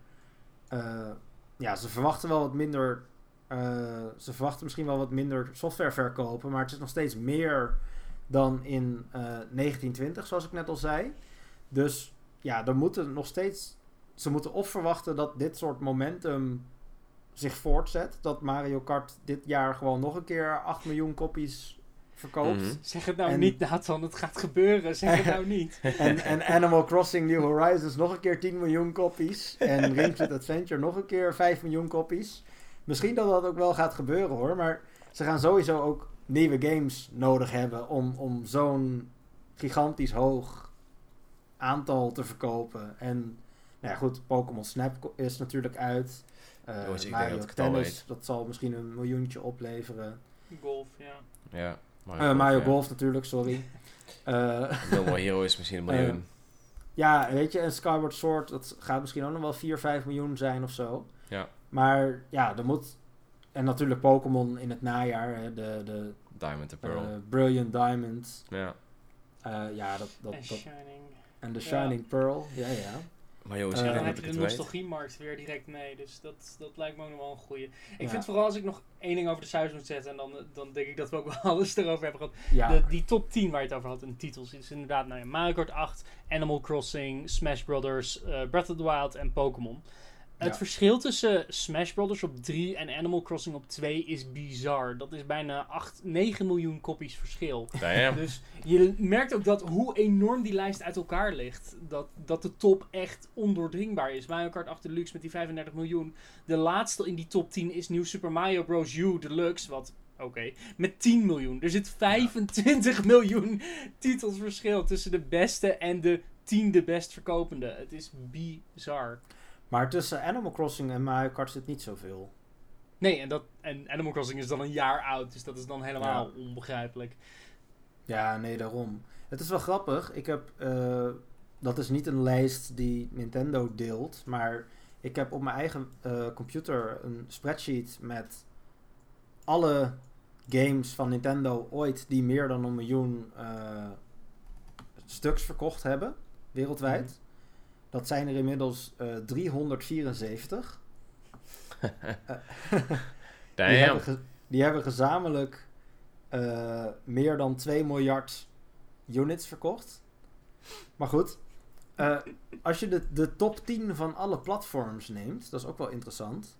ze verwachten wel wat minder, ze verwachten misschien wel wat minder software verkopen, maar het is nog steeds meer dan in 1920, zoals ik net al zei. Dus ja, er moeten nog steeds, ze moeten of verwachten dat dit soort momentum zich voortzet. Dat Mario Kart dit jaar gewoon nog een keer 8 miljoen kopies verkoopt. Mm-hmm. Zeg het nou niet, Nathan. Het gaat gebeuren. Zeg het nou niet. En Animal Crossing New Horizons nog een keer 10 miljoen kopies. En Ring Fit Adventure nog een keer 5 miljoen kopies. Misschien dat dat ook wel gaat gebeuren hoor. Maar ze gaan sowieso ook nieuwe games nodig hebben om zo'n gigantisch hoog aantal te verkopen. En nou ja, goed, Pokémon Snap is natuurlijk uit. Mario Tennis, dat zal misschien 1 miljoentje opleveren. Golf, ja. Mario Golf natuurlijk, sorry. No More Hero is misschien 1 miljoen. Ja, weet je, en Skyward Sword, dat gaat misschien ook nog wel 4-5 miljoen zijn of zo. Ja. Maar ja, er moet... En natuurlijk Pokémon in het najaar. Hè, de Diamond and Pearl. Brilliant Diamond. Ja. Ja, En Shining. En de Shining Pearl. Ja. Maar jongens, Dan iedereen heb moet je ik de het weten. nostalgiemarkt weer direct mee. Dus dat lijkt me ook nog wel een goeie. Ik Ja. vind vooral als ik nog één ding over de cijfers moet zetten. En dan denk ik dat we ook wel alles erover hebben gehad. Ja. Die top 10 waar je het over had in titels is inderdaad Mario Kart 8, Animal Crossing, Smash Brothers, Breath of the Wild en Pokémon. Het Ja. verschil tussen Smash Brothers op 3 en Animal Crossing op 2 is bizar. Dat is bijna 9 miljoen kopies verschil. Damn. Dus je merkt ook dat hoe enorm die lijst uit elkaar ligt. Dat de top echt ondoordringbaar is. Mario Kart 8 Deluxe met die 35 miljoen. De laatste in die top 10 is New Super Mario Bros. U Deluxe. Wat, oké, met 10 miljoen. Er zit 25 miljoen titels verschil tussen de beste en de 10e best verkopende. Het is bizar. Maar tussen Animal Crossing en Mario Kart zit niet zoveel. Nee, en Animal Crossing is dan een jaar oud. Dus dat is dan helemaal onbegrijpelijk. Ja, nee, daarom. Het is wel grappig. Ik heb... dat is niet een lijst die Nintendo deelt. Maar ik heb op mijn eigen computer een spreadsheet met alle games van Nintendo ooit die meer dan 1 miljoen stuks verkocht hebben. Wereldwijd. Dat zijn er inmiddels 374. Die hebben gezamenlijk meer dan 2 miljard units verkocht. Maar goed, als je de top 10 van alle platforms neemt, dat is ook wel interessant.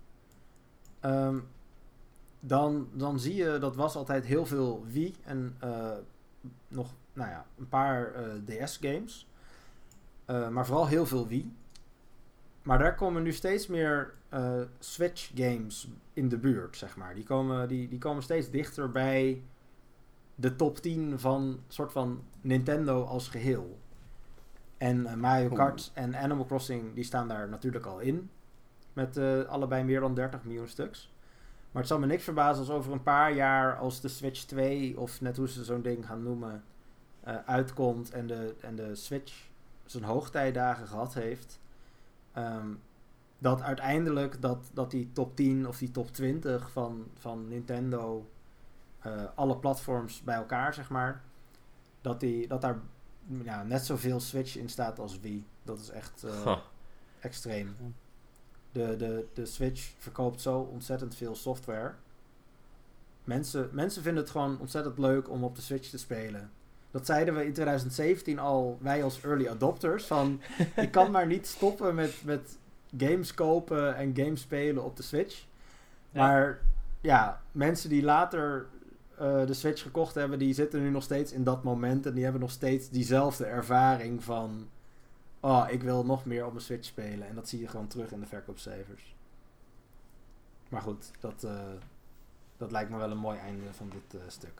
Dan zie je, dat was altijd heel veel Wii en nog een paar DS-games. Maar vooral heel veel Wii. Maar daar komen nu steeds meer Switch-games in de buurt, zeg maar. Die komen steeds dichter bij de top 10 van soort van Nintendo als geheel. En Mario Kart en Animal Crossing, die staan daar natuurlijk al in. Met allebei meer dan 30 miljoen stuks. Maar het zal me niks verbazen als over een paar jaar, als de Switch 2, of net hoe ze zo'n ding gaan noemen, uitkomt en de Switch zijn hoogtijdagen gehad heeft, dat uiteindelijk dat die top 10 of die top 20 van Nintendo, alle platforms bij elkaar, zeg maar, dat daar net zoveel Switch in staat als Wii. Dat is echt extreem. De Switch verkoopt zo ontzettend veel software. Mensen vinden het gewoon ontzettend leuk om op de Switch te spelen. Dat zeiden we in 2017 al, wij als early adopters, van je kan maar niet stoppen met games kopen en games spelen op de Switch. Ja. Maar ja, mensen die later de Switch gekocht hebben, die zitten nu nog steeds in dat moment en die hebben nog steeds diezelfde ervaring van, ik wil nog meer op mijn Switch spelen. En dat zie je gewoon terug in de verkoopcijfers. Maar goed, dat lijkt me wel een mooi einde van dit stuk.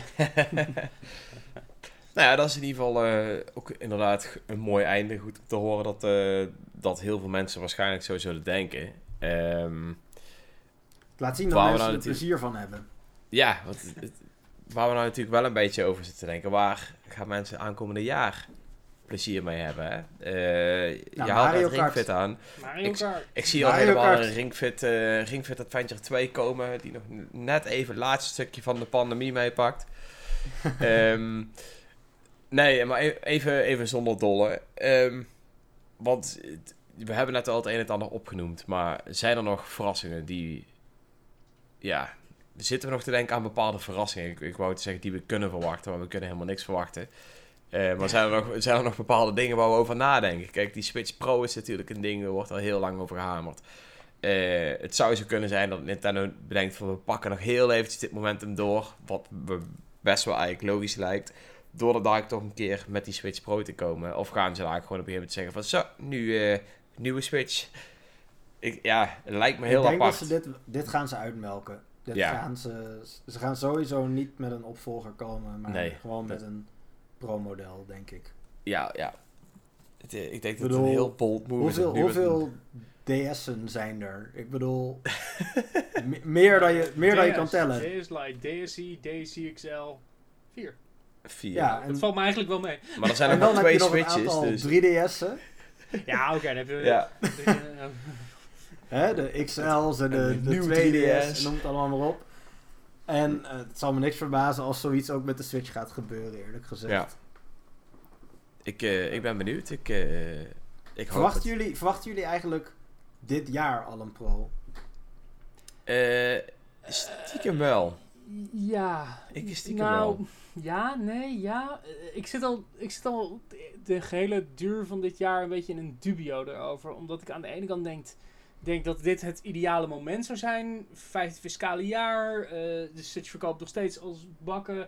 Nou ja, dat is in ieder geval ook inderdaad een mooi einde. Goed om te horen dat heel veel mensen waarschijnlijk zo zullen denken. Laat zien dat mensen er plezier van hebben. Ja, waar we nou natuurlijk wel een beetje over zitten te denken. Waar gaan mensen aankomende jaar plezier mee hebben? Hè? Je haalt het Ring Fit aan. Ik zie al helemaal een Ring Fit Adventure 2 komen. Die nog net even het laatste stukje van de pandemie meepakt. Nee, maar even zonder dolle. Want we hebben net al het een en het ander opgenoemd. Maar zijn er nog verrassingen die... Ja, zitten we nog te denken aan bepaalde verrassingen? Ik wou te zeggen die we kunnen verwachten, maar we kunnen helemaal niks verwachten. Maar zijn er nog bepaalde dingen waar we over nadenken? Kijk, die Switch Pro is natuurlijk een ding, er wordt al heel lang over gehamerd. Het zou zo kunnen zijn dat Nintendo bedenkt van we pakken nog heel eventjes dit momentum door, wat best wel eigenlijk logisch lijkt, door daar toch een keer met die Switch Pro te komen. Of gaan ze daar gewoon op een gegeven moment zeggen van zo, nu nieuwe Switch. Het lijkt me heel apart. Ik denk dat dit gaan ze uitmelken. Ze gaan sowieso niet met een opvolger komen, maar gewoon met een Pro-model, denk ik. Ja. Ik denk dat het een heel bold move is. Hoeveel DS'en zijn er? Ik bedoel, meer dan je kan tellen. DS Lite, DSi, DSi XL, 4. Ja, dat valt me eigenlijk wel mee. Maar er zijn er nog 2 Switches. En dan heb je nog een aantal dus 3DS'en. Ja, oké. Dan heb je... Ja. Hè, de XL's en de nieuwe 2DS, 3DS. noem het allemaal maar op. En het zal me niks verbazen als zoiets ook met de Switch gaat gebeuren, eerlijk gezegd. Ja. Ik ben benieuwd. Ik hoop Verwachten jullie eigenlijk dit jaar al een Pro? Stiekem wel. Ja. Ik stiekem wel. Ja, nee, ja. Ik zit al de gehele duur van dit jaar een beetje in een dubio erover. Omdat ik aan de ene kant denk dat dit het ideale moment zou zijn. 5e fiscale jaar. De Switch verkoopt nog steeds als bakken.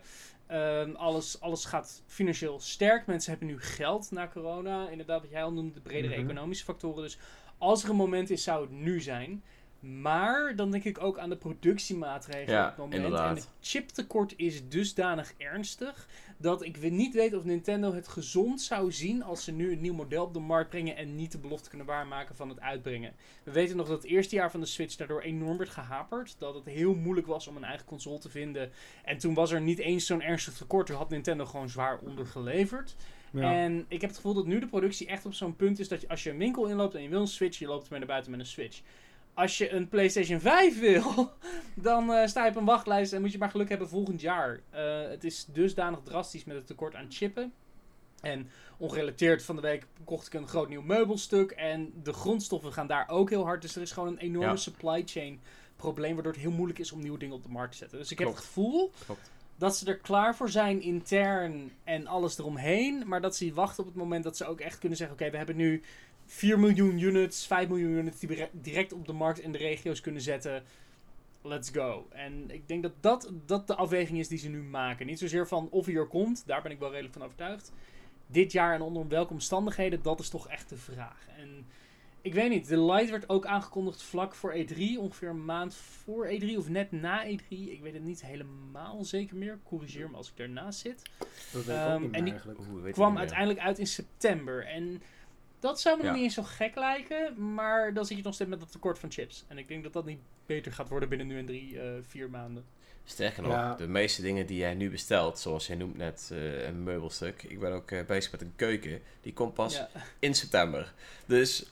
Alles gaat financieel sterk. Mensen hebben nu geld na corona. Inderdaad, wat jij al noemde, de bredere economische factoren. Dus als er een moment is, zou het nu zijn. Maar dan denk ik ook aan de productiemaatregelen op het moment. Inderdaad. En het chiptekort is dusdanig ernstig dat ik niet weet of Nintendo het gezond zou zien als ze nu een nieuw model op de markt brengen en niet de belofte kunnen waarmaken van het uitbrengen. We weten nog dat het eerste jaar van de Switch daardoor enorm werd gehaperd. Dat het heel moeilijk was om een eigen console te vinden. En toen was er niet eens zo'n ernstig tekort. Toen had Nintendo gewoon zwaar ondergeleverd. Ja. En ik heb het gevoel dat nu de productie echt op zo'n punt is dat als je een winkel inloopt en je wil een Switch, je loopt ermee naar buiten met een Switch. Als je een PlayStation 5 wil, dan sta je op een wachtlijst en moet je maar geluk hebben volgend jaar. Het is dusdanig drastisch met het tekort aan chippen. En ongerelateerd van de week kocht ik een groot nieuw meubelstuk. En de grondstoffen gaan daar ook heel hard. Dus er is gewoon een enorme supply chain probleem, waardoor het heel moeilijk is om nieuwe dingen op de markt te zetten. Dus ik heb het gevoel dat ze er klaar voor zijn intern en alles eromheen. Maar dat ze wachten op het moment dat ze ook echt kunnen zeggen, oké, we hebben nu 4 miljoen units, 5 miljoen units die we direct op de markt in de regio's kunnen zetten. Let's go. En ik denk dat de afweging is die ze nu maken. Niet zozeer van of hij er komt, daar ben ik wel redelijk van overtuigd. Dit jaar en onder welke omstandigheden, dat is toch echt de vraag. En ik weet niet, de Lite werd ook aangekondigd vlak voor E3, ongeveer een maand voor E3 of net na E3. Ik weet het niet helemaal zeker meer, corrigeer me als ik ernaast zit. Dat weet ik ook niet meer en die eigenlijk. kwam uiteindelijk uit in september. En dat zou me nog niet eens zo gek lijken, maar dan zit je nog steeds met dat tekort van chips. En ik denk dat dat niet beter gaat worden binnen nu en 4 maanden. Sterker nog, de meeste dingen die jij nu bestelt, zoals jij noemt net een meubelstuk. Ik ben ook bezig met een keuken. Die komt pas in september. Dus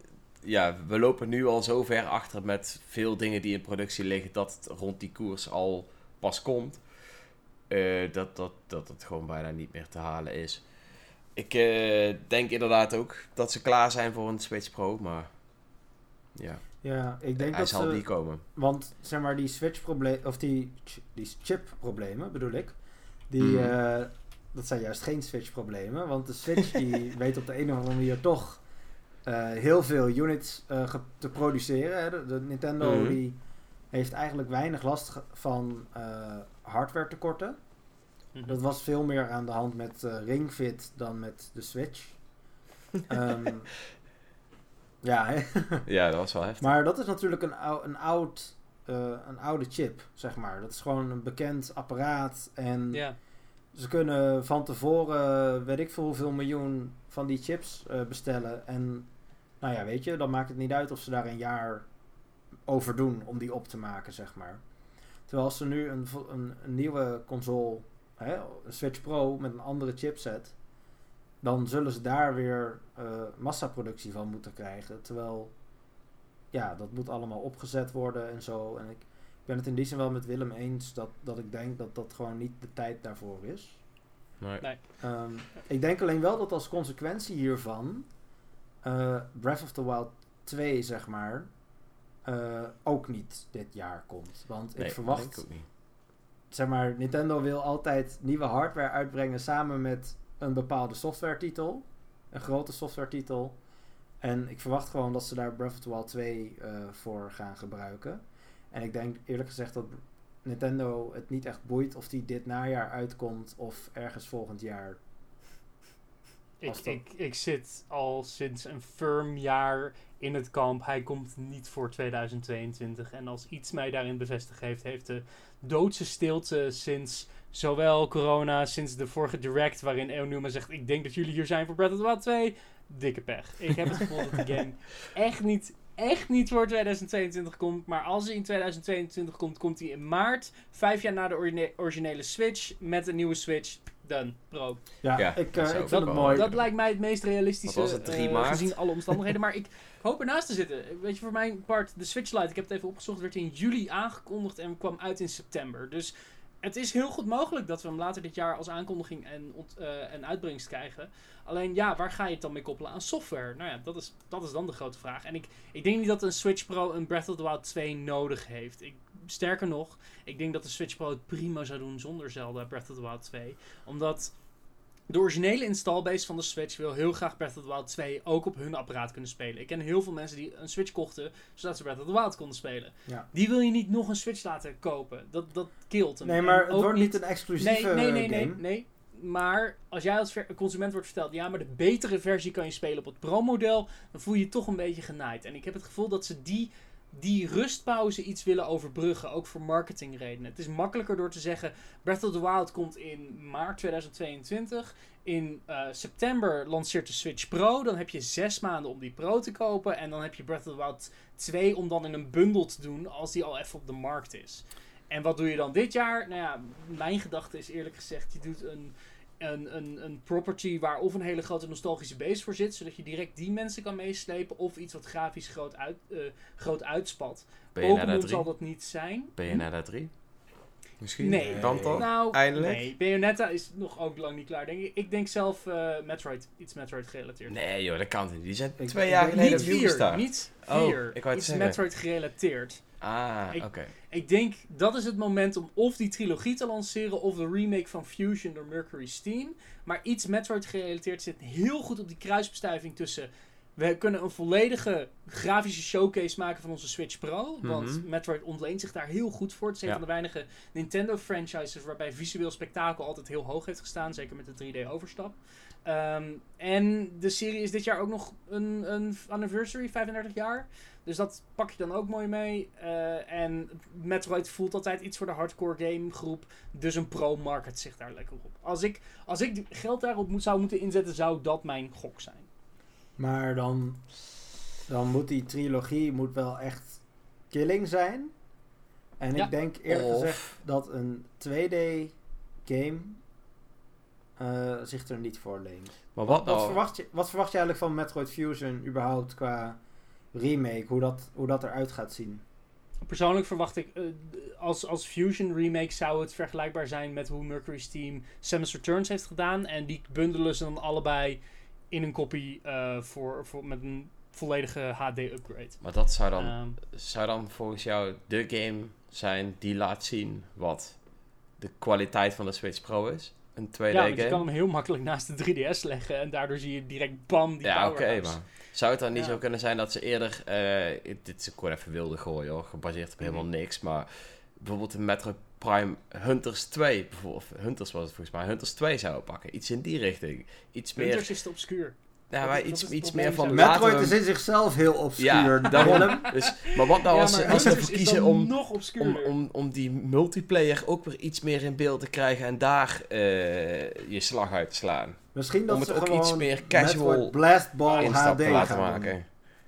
we lopen nu al zo ver achter met veel dingen die in productie liggen, dat het rond die koers al pas komt. Dat het gewoon bijna niet meer te halen is. Ik denk inderdaad ook dat ze klaar zijn voor een Switch Pro, maar Ja, ik denk hij dat zal niet komen. Want zeg maar die Switch-problemen, of die chip-problemen bedoel ik, dat zijn juist geen Switch-problemen, want de Switch die weet op de een of andere manier toch heel veel units te produceren. Hè. De Nintendo die heeft eigenlijk weinig last van hardware tekorten. Dat was veel meer aan de hand met Ring Fit dan met de Switch. Ja, hè? Ja, dat was wel heftig. Maar dat is natuurlijk een oude chip, zeg maar. Dat is gewoon een bekend apparaat. En ze kunnen van tevoren, weet ik veel hoeveel miljoen van die chips bestellen. En nou ja, weet je, dan maakt het niet uit of ze daar een jaar over doen om die op te maken, zeg maar. Terwijl als ze nu een nieuwe console, een Switch Pro met een andere chipset, dan zullen ze daar weer massaproductie van moeten krijgen. Terwijl, dat moet allemaal opgezet worden en zo. En ik ben het in die zin wel met Willem eens dat ik denk dat dat gewoon niet de tijd daarvoor is. Nee. Ik denk alleen wel dat als consequentie hiervan Breath of the Wild 2, zeg maar, ook niet dit jaar komt. Want ik verwacht, denk ik ook niet. Zeg maar, Nintendo wil altijd nieuwe hardware uitbrengen samen met een bepaalde softwaretitel. Een grote softwaretitel. En ik verwacht gewoon dat ze daar Breath of the Wild 2 voor gaan gebruiken. En ik denk eerlijk gezegd dat Nintendo het niet echt boeit of die dit najaar uitkomt of ergens volgend jaar. Ik zit al sinds een firm jaar in het kamp. Hij komt niet voor 2022. En als iets mij daarin bevestigd heeft de doodse stilte sinds zowel corona, sinds de vorige Direct, waarin Aonuma zegt, ik denk dat jullie hier zijn voor Breath of the Wild 2. Dikke pech. Ik heb het gevoel dat de game echt niet voor 2022 komt. Maar als hij in 2022 komt, komt hij in maart. 5 jaar na de originele Switch. Met een nieuwe Switch. Done. Pro. Ja, ik dat zou vind ik het wel- mooi. Dat lijkt mij het meest realistische, Wat was het, 3 maart? gezien alle omstandigheden. Maar ik hoop ernaast te zitten. Weet je, voor mijn part, de Switch Lite, ik heb het even opgezocht, werd in juli aangekondigd en kwam uit in september. Dus het is heel goed mogelijk dat we hem later dit jaar als aankondiging en uitbrengst krijgen. Alleen ja, waar ga je het dan mee koppelen aan software? Nou ja, dat is dan de grote vraag. En ik denk niet dat een Switch Pro een Breath of the Wild 2 nodig heeft. Sterker nog, ik denk dat de Switch Pro het prima zou doen zonder Zelda Breath of the Wild 2. Omdat de originele installbase van de Switch wil heel graag Breath of the Wild 2 ook op hun apparaat kunnen spelen. Ik ken heel veel mensen die een Switch kochten zodat ze Breath of the Wild konden spelen. Ja. Die wil je niet nog een Switch laten kopen. Dat killt hem. Nee, En maar het ook wordt niet een exclusieve game. Nee. Maar als jij als consument wordt verteld, ja, maar de betere versie kan je spelen op het Pro-model, dan voel je je toch een beetje genaaid. En ik heb het gevoel dat ze die rustpauze iets willen overbruggen, ook voor marketingredenen. Het is makkelijker door te zeggen, Breath of the Wild komt in maart 2022. In september lanceert de Switch Pro. Dan heb je 6 maanden om die Pro te kopen. En dan heb je Breath of the Wild 2 om dan in een bundel te doen als die al even op de markt is. En wat doe je dan dit jaar? Nou ja, mijn gedachte is eerlijk gezegd, je doet een property waar of een hele grote nostalgische base voor zit, zodat je direct die mensen kan meeslepen, of iets wat grafisch groot uitspat. Pokémon zal dat niet zijn. Bayonetta 3? Misschien? Nee. Dan toch? Nou, Eindelijk? nee. Bayonetta is nog ook lang niet klaar, denk ik. Ik denk zelf iets Metroid gerelateerd. Nee joh, dat kan niet. Die zijn Ik 2 jaar denk geleden Niet op View 4, gestaan. niet Oh, 4. ik wou het Iets zeggen. Metroid gerelateerd. Ah, Ik- oké. Ik denk dat is het moment om of die trilogie te lanceren of de remake van Fusion door Mercury Steam. Maar iets Metroid gerelateerd zit heel goed op die kruisbestuiving tussen. We kunnen een volledige grafische showcase maken van onze Switch Pro. Want Metroid ontleent zich daar heel goed voor. Het is een Ja. van de weinige Nintendo franchises waarbij visueel spektakel altijd heel hoog heeft gestaan. Zeker met de 3D-overstap. En de serie is dit jaar ook nog een anniversary, 35 jaar. Dus dat pak je dan ook mooi mee. En Metroid voelt altijd iets voor de hardcore gamegroep. Dus een pro-market zich daar lekker op. Als ik geld daarop zou moeten inzetten, zou dat mijn gok zijn. Maar dan moet die trilogie wel echt killing zijn. En Ja. ik denk eerlijk Of- gezegd dat een 2D game zich er niet voor leent. Maar wat nou? Wat verwacht je eigenlijk van Metroid Fusion überhaupt qua remake? Hoe dat eruit gaat zien? Persoonlijk verwacht ik, als Fusion remake zou het vergelijkbaar zijn met hoe Mercury Steam Samus Returns heeft gedaan. En die bundelen ze dan allebei in een kopie met een volledige HD-upgrade. Maar dat zou dan volgens jou de game zijn die laat zien wat de kwaliteit van de Switch Pro is? Een 2D Ja, want je game? kan hem heel makkelijk naast de 3DS leggen en daardoor zie je direct bam die Ja, oké, powerhouse. maar zou het dan niet Ja. zo kunnen zijn dat ze eerder... dit is gewoon even wilde gooien hoor, gebaseerd op helemaal niks, maar bijvoorbeeld een Metroid Prime Hunters 2, of Hunters was het volgens mij, Hunters 2 zouden pakken. Iets in die richting. Iets meer... Hunters is te obscuur. Ja, dat maar is- dat is het iets probleem meer van... zijn. laten Metroid we is hem- in zichzelf heel obscuur. Ja, daarom. Willem. Dus, maar wat nou als ze Hunters ervoor is kiezen dan om nog obscuurder. om die multiplayer ook weer iets meer in beeld te krijgen en daar je slag uit te slaan. Misschien dat Om het ze ook gewoon iets meer casual Metroid Blast Ball instap HD te laten gaan maken.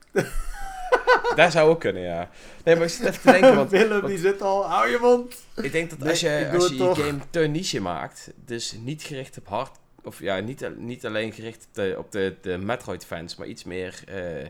Daar zou ook kunnen, ja. Nee, maar ik zit even te denken, want Willem die zit al, hou je mond. ik denk dat Nee, als ik je doe het je toch. game te niche maakt, dus niet gericht op hard, of ja, niet alleen gericht op de Metroid fans, maar iets meer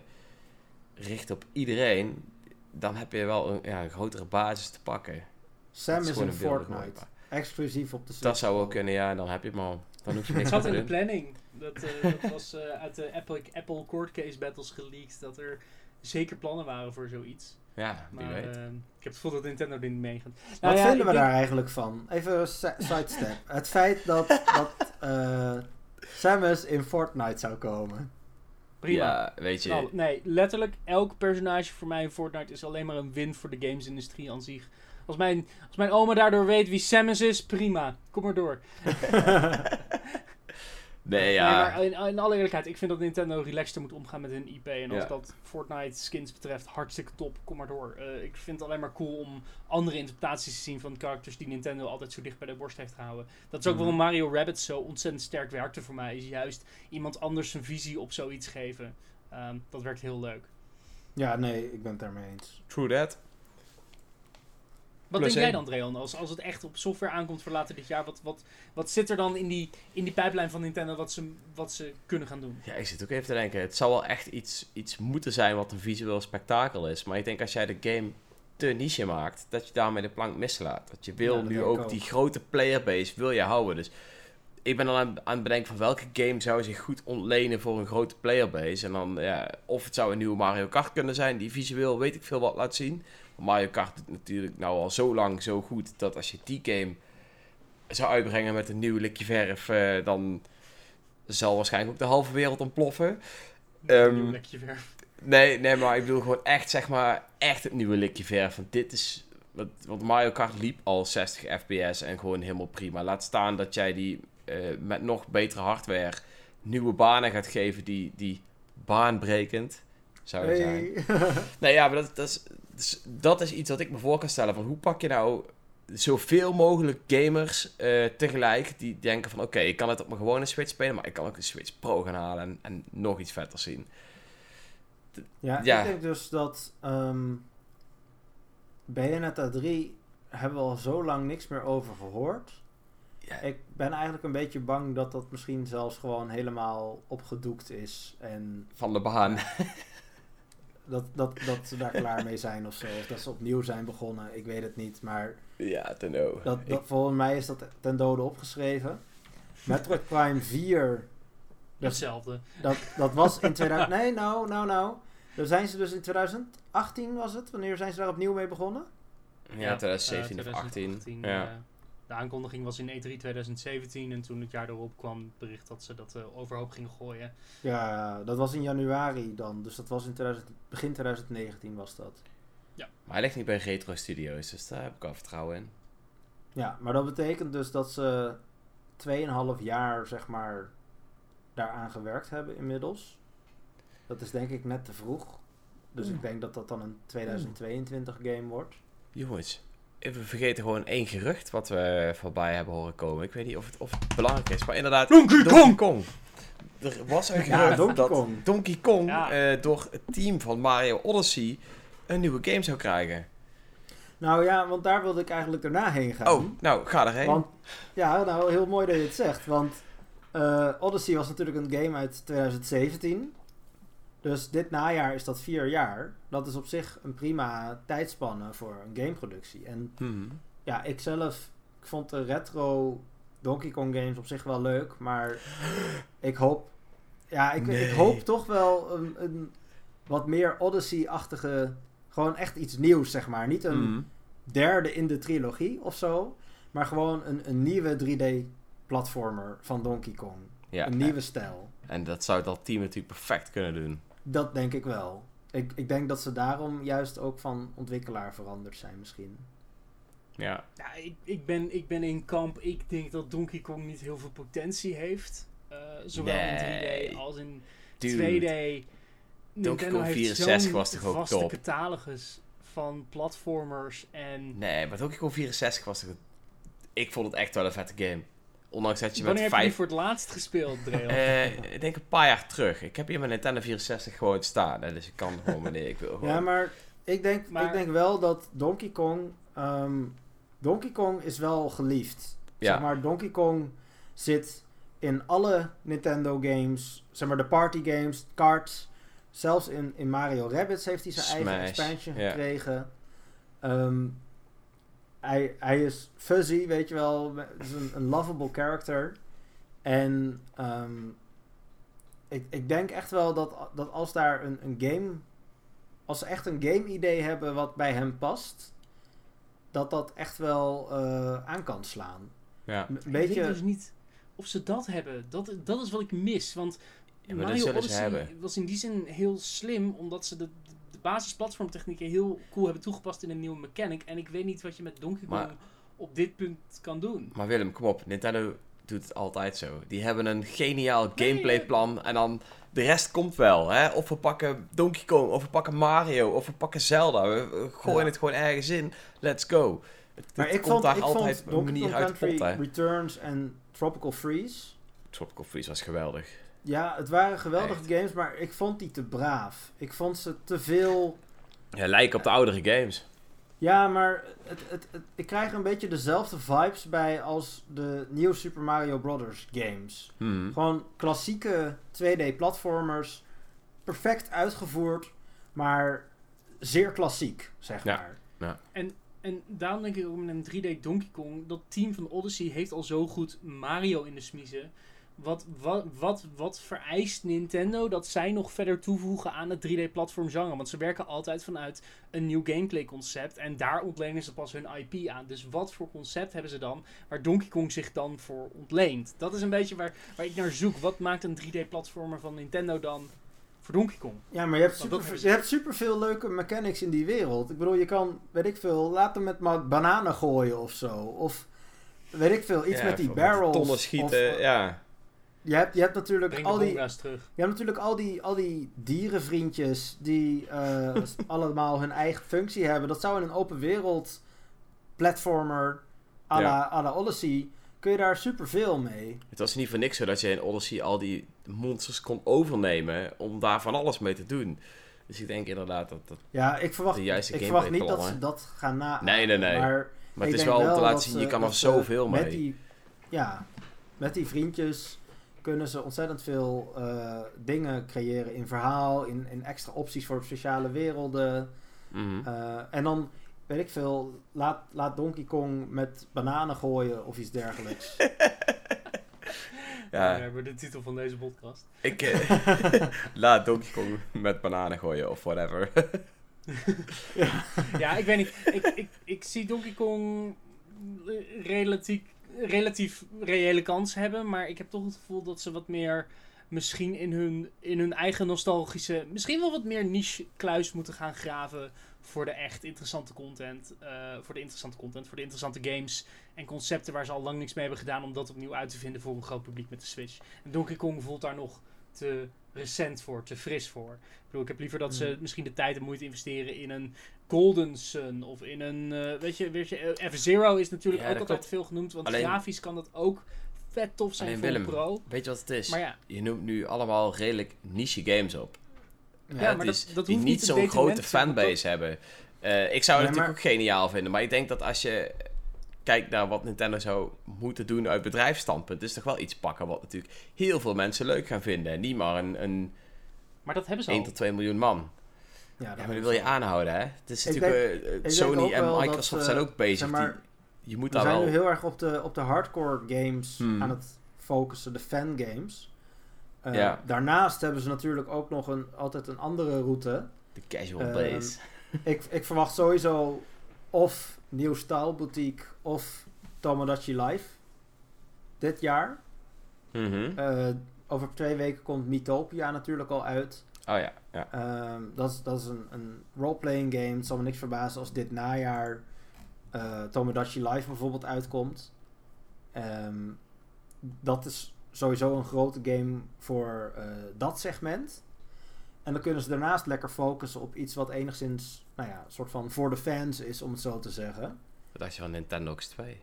richt op iedereen, dan heb je wel een grotere basis te pakken. Sam Het is gewoon in een beeldig Fortnite. mooi, Exclusief op de Switch. Dat zou ook kunnen, ja, en dan heb je het maar. Dan hoef je niks Het meer zat te in de doen. planning. Dat was uit de Apple Court Case Battles geleakt. Dat er zeker plannen waren voor zoiets. Ja, wie Maar weet. ik heb het gevoel dat Nintendo er niet meegaat. Wat vinden we ik denk- daar eigenlijk van? Even een sidestep. Het feit dat Samus in Fortnite zou komen. Prima. Ja, weet je. Nou, nee, letterlijk elk personage voor mij in Fortnite is alleen maar een win voor de gamesindustrie aan zich. Als mijn oma daardoor weet wie Samus is, prima. Kom maar door. Nee, ja. Nee, maar in alle eerlijkheid, ik vind dat Nintendo relaxter moet omgaan met hun IP. En als Ja. dat Fortnite skins betreft, hartstikke top. Kom maar door. Ik vind het alleen maar cool om andere interpretaties te zien van characters die Nintendo altijd zo dicht bij de borst heeft gehouden. Dat is ook waarom Mario Rabbids zo ontzettend sterk werkte voor mij. Is juist iemand anders zijn visie op zoiets geven. Dat werkt heel leuk. Ja, nee, ik ben het daarmee eens. True that. Wat Plus denk jij één. dan, Dreon, als het echt op software aankomt voor later dit jaar? Wat zit er dan in die pijplijn van Nintendo wat ze kunnen gaan doen? Ja, ik zit ook even te denken. Het zou wel echt iets moeten zijn wat een visueel spektakel is. Maar ik denk als jij de game te niche maakt, dat je daarmee de plank mislaat. Dat je wil Ja, dat nu denk ik ook ook. die grote playerbase wil je houden. Dus ik ben dan aan het bedenken van welke game zou zich goed ontlenen voor een grote playerbase. En dan, ja, of het zou een nieuwe Mario Kart kunnen zijn, die visueel weet ik veel wat laat zien. Mario Kart doet natuurlijk nou al zo lang zo goed, dat als je die game zou uitbrengen met een nieuw likje verf, dan zal waarschijnlijk ook de halve wereld ontploffen. Een nieuw lekje verf. Nee, maar ik bedoel gewoon echt, zeg maar, echt het nieuwe likje verf. Want dit is, want Mario Kart liep al 60 fps en gewoon helemaal prima. Laat staan dat jij die met nog betere hardware nieuwe banen gaat geven die baanbrekend zouden zijn. Nee, ja, maar dat is iets wat ik me voor kan stellen. Van hoe pak je nou zoveel mogelijk gamers tegelijk die denken van oké, ik kan het op mijn gewone Switch spelen, maar ik kan ook een Switch Pro gaan halen en nog iets vetter zien. Ja, Ja. ik denk dus dat Bayonetta 3 hebben we al zo lang niks meer over gehoord. Ja. Ik ben eigenlijk een beetje bang dat dat misschien zelfs gewoon helemaal opgedoekt is. En Van de baan. dat ze daar klaar mee zijn of zo. Of dat ze opnieuw zijn begonnen. Ik weet het niet. Maar Ja, to know. volgens mij is dat ten dode opgeschreven. Metroid Prime 4. Hetzelfde. Dat was in 2000... Nee, nou. Daar zijn ze dus in 2018 was het. Wanneer zijn ze daar opnieuw mee begonnen? Ja, 2017 of 18. Ja. De aankondiging was in E3 2017 en toen het jaar erop kwam het bericht dat ze dat overhoop gingen gooien. Ja, dat was in januari dan. Dus dat was in begin 2019 was dat. Ja. Maar hij ligt niet bij Retro Studios, dus daar heb ik al vertrouwen in. Ja, maar dat betekent dus dat ze 2,5 jaar, zeg maar, daaraan gewerkt hebben inmiddels. Dat is denk ik net te vroeg. Dus ik denk dat dat dan een 2022 game wordt. Jongens, we vergeten gewoon één gerucht wat we voorbij hebben horen komen. Ik weet niet of het belangrijk is, maar inderdaad... Donkey Kong! Er was een Ja, gerucht Donkey dat Kong. Donkey Kong Ja. door het team van Mario Odyssey een nieuwe game zou krijgen. Nou ja, want daar wilde ik eigenlijk daarna heen gaan. Oh, nou, ga erheen. Want, ja, nou, heel mooi dat je het zegt. Want Odyssey was natuurlijk een game uit 2017. Dus dit najaar is dat 4 jaar. Dat is op zich een prima tijdspanne voor een gameproductie. En ja, ik vond de retro Donkey Kong games op zich wel leuk. Maar ik hoop... Ja, ik hoop toch wel een wat meer Odyssey-achtige... Gewoon echt iets nieuws, zeg maar. Niet een derde in de trilogie of zo. Maar gewoon een nieuwe 3D-platformer van Donkey Kong. Ja, een nieuwe stijl. en dat zou dat team natuurlijk perfect kunnen doen. Dat denk ik wel. Ik denk dat ze daarom juist ook van ontwikkelaar veranderd zijn misschien. Ja. Ja, ik ben in kamp. Ik denk dat Donkey Kong niet heel veel potentie heeft. Zowel in 3D als in 2D. Nintendo Kong heeft 64 zo'n was toch ook vaste top? catalogus van platformers en... Nee, maar Donkey Kong 64 was toch... Ik vond het echt wel een vette game. Ondanks dat je Wanneer met heb je 5... die voor het laatst gespeeld, Dreon? Ik denk een paar jaar terug. Ik heb hier mijn Nintendo 64 gewoon staan. Hè, dus ik kan gewoon wanneer ik wil. Gewoon. Ja, maar ik denk wel dat Donkey Kong... Donkey Kong is wel geliefd. Ja. Zeg maar, Donkey Kong zit in alle Nintendo games. Zeg maar, de party games, karts. Zelfs in Mario Rabbids heeft hij zijn eigen expansion gekregen. Hij is fuzzy, weet je wel. Het is een lovable character. En ik denk echt wel dat als daar een game... Als ze echt een game idee hebben wat bij hem past... Dat echt wel aan kan slaan. Ja. Ik weet dus niet of ze dat hebben. Dat is wat ik mis. Want Mario Odyssey was in die zin heel slim... omdat ze de basisplatformtechnieken heel cool hebben toegepast in een nieuwe mechanic. En ik weet niet wat je met Donkey Kong op dit punt kan doen. Maar Willem, kom op. Nintendo doet het altijd zo. Die hebben een geniaal gameplayplan en dan de rest komt wel. Hè? Of we pakken Donkey Kong, of we pakken Mario, of we pakken Zelda. We gooien het gewoon ergens in. Let's go. Maar ik vond Donkey Kong Country Returns en Tropical Freeze... Tropical Freeze was geweldig. Ja, het waren geweldige games, maar ik vond die te braaf. Ik vond ze te veel... Ja, lijken op de oudere games. Ja, maar ik krijg een beetje dezelfde vibes bij als de nieuwe Super Mario Brothers games. Gewoon klassieke 2D-platformers, perfect uitgevoerd, maar zeer klassiek, zeg maar. Ja. En daarom denk ik ook met een 3D Donkey Kong, dat team van Odyssey heeft al zo goed Mario in de smiezen. Wat vereist Nintendo dat zij nog verder toevoegen aan het 3D-platform genre? Want ze werken altijd vanuit een nieuw gameplay concept en daar ontlenen ze pas hun IP aan. Dus wat voor concept hebben ze dan waar Donkey Kong zich dan voor ontleent? Dat is een beetje waar ik naar zoek. Wat maakt een 3D-platformer van Nintendo dan voor Donkey Kong? Ja, maar je hebt superveel leuke mechanics in die wereld. Ik bedoel, je kan, weet ik veel, laten met bananen gooien of zo. Of, weet ik veel, iets met die barrels. Tonnen schieten, ja. Je hebt natuurlijk al die dierenvriendjes die allemaal hun eigen functie hebben. Dat zou in een open wereld platformer à la Odyssey, kun je daar superveel mee. Het was niet voor niks zo dat je in Odyssey al die monsters kon overnemen om daar van alles mee te doen. Dus ik denk inderdaad dat ja, ik verwacht niet dat ze dat gaan na. Nee. Maar het is wel om te laten zien, je kan er zoveel mee. Met die vriendjes kunnen ze ontzettend veel dingen creëren in verhaal, in extra opties voor speciale werelden. En dan, weet ik veel, laat Donkey Kong met bananen gooien of iets dergelijks. Ja, we hebben de titel van deze podcast. Laat Donkey Kong met bananen gooien of whatever. Ja, ik weet niet. Ik zie Donkey Kong relatief reële kans hebben, maar ik heb toch het gevoel dat ze wat meer misschien in hun eigen nostalgische, misschien wel wat meer niche kluis moeten gaan graven voor de echt interessante content, voor de interessante games en concepten waar ze al lang niks mee hebben gedaan om dat opnieuw uit te vinden voor een groot publiek met de Switch. En Donkey Kong voelt daar nog te recent voor, te fris voor. Ik heb liever dat ze misschien de tijd en moeite investeren in een Golden Sun of in een, weet je, F-Zero is natuurlijk ook altijd veel genoemd, want grafisch kan dat ook vet tof zijn voor Willem, een pro. Weet je wat het is? Maar ja. Je noemt nu allemaal redelijk niche games op. Ja, maar dat die niet zo'n grote fanbase hebben. Ik zou het natuurlijk ook geniaal vinden, maar ik denk dat als je kijkt naar wat Nintendo zou moeten doen uit bedrijfsstandpunt, is toch wel iets pakken wat natuurlijk heel veel mensen leuk gaan vinden. En niet maar een maar dat hebben ze 1 tot 2 miljoen man. Ja, maar die wil je aanhouden, hè? Het is natuurlijk Sony en Microsoft zijn ook bezig. Zeg maar, je moet we daar zijn wel nu heel erg op de hardcore games aan het focussen, de fangames. Daarnaast hebben ze natuurlijk ook nog altijd een andere route. De casual base. Ik verwacht sowieso of Nieuw Style Boutique of Tomodachi Life dit jaar. Over 2 weken komt Miitopia natuurlijk al uit. Oh ja. Dat is een role-playing game. Het zal me niks verbazen als dit najaar Tomodachi Life bijvoorbeeld uitkomt. Dat is sowieso een grote game voor dat segment. En dan kunnen ze daarnaast lekker focussen op iets wat enigszins, een soort van voor de fans is, om het zo te zeggen. Wat dacht je van Nintendox 2?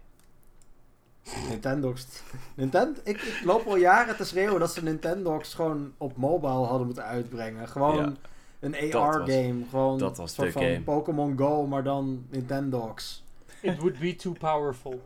Ik loop al jaren te schreeuwen dat ze Nintendox gewoon op mobile hadden moeten uitbrengen. Gewoon een AR-game. Gewoon dat was een soort van game. Pokémon Go, maar dan Nintendox. It would be too powerful.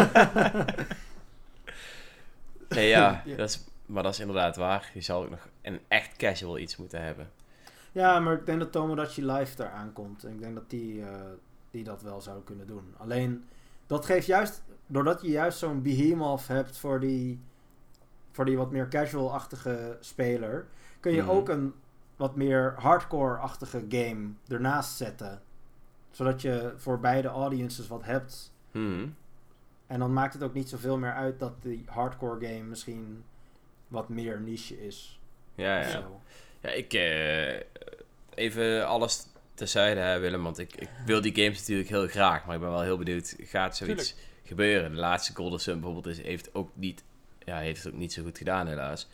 Nee, maar dat is inderdaad waar. Je zal ook nog een echt casual iets moeten hebben. Ja, maar ik denk dat Tomodachi Life daar aankomt. En ik denk dat die dat wel zou kunnen doen. Alleen, dat geeft juist, doordat je juist zo'n behemoth hebt voor die wat meer casual-achtige speler, kun je ook een wat meer hardcore-achtige game ernaast zetten. Zodat je voor beide audiences wat hebt. En dan maakt het ook niet zoveel meer uit dat die hardcore game misschien wat meer niche is. Ja. Ja, ik even alles terzijde, Willem, want ik wil die games natuurlijk heel graag, maar ik ben wel heel benieuwd, gaat zoiets gebeuren? De laatste Golden Sun bijvoorbeeld heeft het ook niet zo goed gedaan, helaas.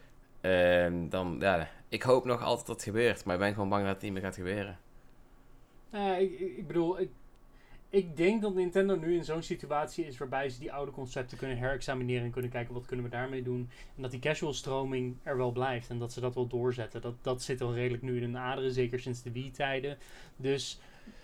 Ik hoop nog altijd dat het gebeurt, maar ik ben gewoon bang dat het niet meer gaat gebeuren. Ik bedoel, ik denk dat Nintendo nu in zo'n situatie is waarbij ze die oude concepten kunnen herexamineren en kunnen kijken wat kunnen we daarmee doen. En dat die casual stroming er wel blijft en dat ze dat wel doorzetten. Dat zit al redelijk nu in hun aderen, zeker sinds de Wii-tijden. Dus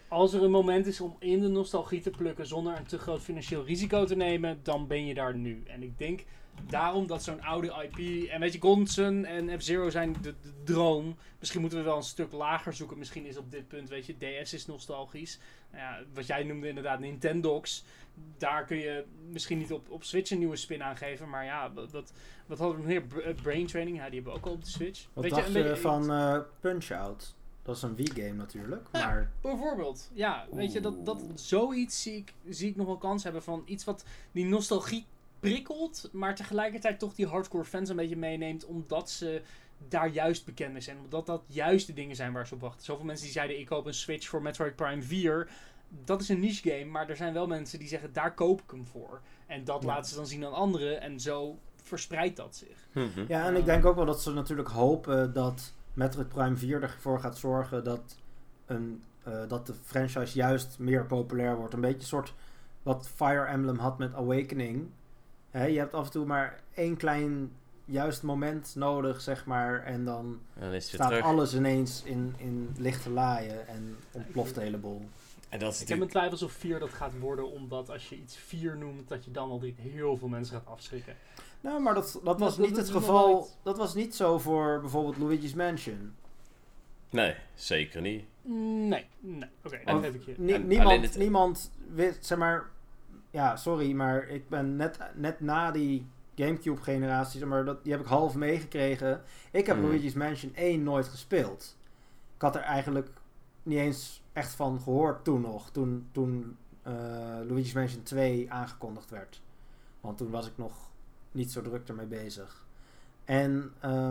Als er een moment is om in de nostalgie te plukken zonder een te groot financieel risico te nemen, dan ben je daar nu. En ik denk daarom dat zo'n oude IP... En weet je, Golden Sun en F-Zero zijn de droom. Misschien moeten we wel een stuk lager zoeken. Misschien is op dit punt, weet je, DS is nostalgisch. Nou ja, wat jij noemde inderdaad Nintendox. Daar kun je misschien niet op Switch een nieuwe spin aan geven. Maar ja, wat hadden we nog meer? Brain Training, ja, die hebben we ook al op de Switch. Wat weet dacht je, je van Punch-Out? Dat is een Wii-game natuurlijk, Ja, maar... bijvoorbeeld. Ja, weet je, dat zoiets zie ik nog wel kans hebben van iets wat die nostalgie prikkelt, maar tegelijkertijd toch die hardcore fans een beetje meeneemt, omdat ze daar juist bekend mee zijn. Omdat dat juist de dingen zijn waar ze op wachten. Zoveel mensen die zeiden, ik koop een Switch voor Metroid Prime 4. Dat is een niche game, maar er zijn wel mensen die zeggen, daar koop ik hem voor. En dat laten ze dan zien aan anderen en zo verspreidt dat zich. Ja, en ik denk ook wel dat ze natuurlijk hopen dat Metroid Prime 4 ervoor gaat zorgen dat de franchise juist meer populair wordt. Een beetje een soort wat Fire Emblem had met Awakening. Je hebt af en toe maar één klein juist moment nodig, zeg maar. En dan is het staat weer terug. alles ineens in lichte laaien en ontploft de hele boel. En dat is Ik heb mijn twijfels of 4 dat gaat worden, omdat als je iets 4 noemt, dat je dan al heel veel mensen gaat afschrikken. Nou, maar dat was dat niet het is nog geval. nooit. Dat was niet zo voor bijvoorbeeld Luigi's Mansion. Nee, zeker niet. Nee. Oké, En- dat heb ik je. Niemand wist, zeg maar... Ja, sorry, maar ik ben net na die Gamecube generatie, zeg maar, die heb ik half meegekregen. Ik heb Luigi's Mansion 1 nooit gespeeld. Ik had er eigenlijk niet eens echt van gehoord toen nog. Toen Luigi's Mansion 2 aangekondigd werd. Want toen was ik nog niet zo druk ermee bezig. En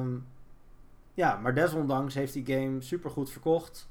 maar desondanks heeft die game supergoed verkocht.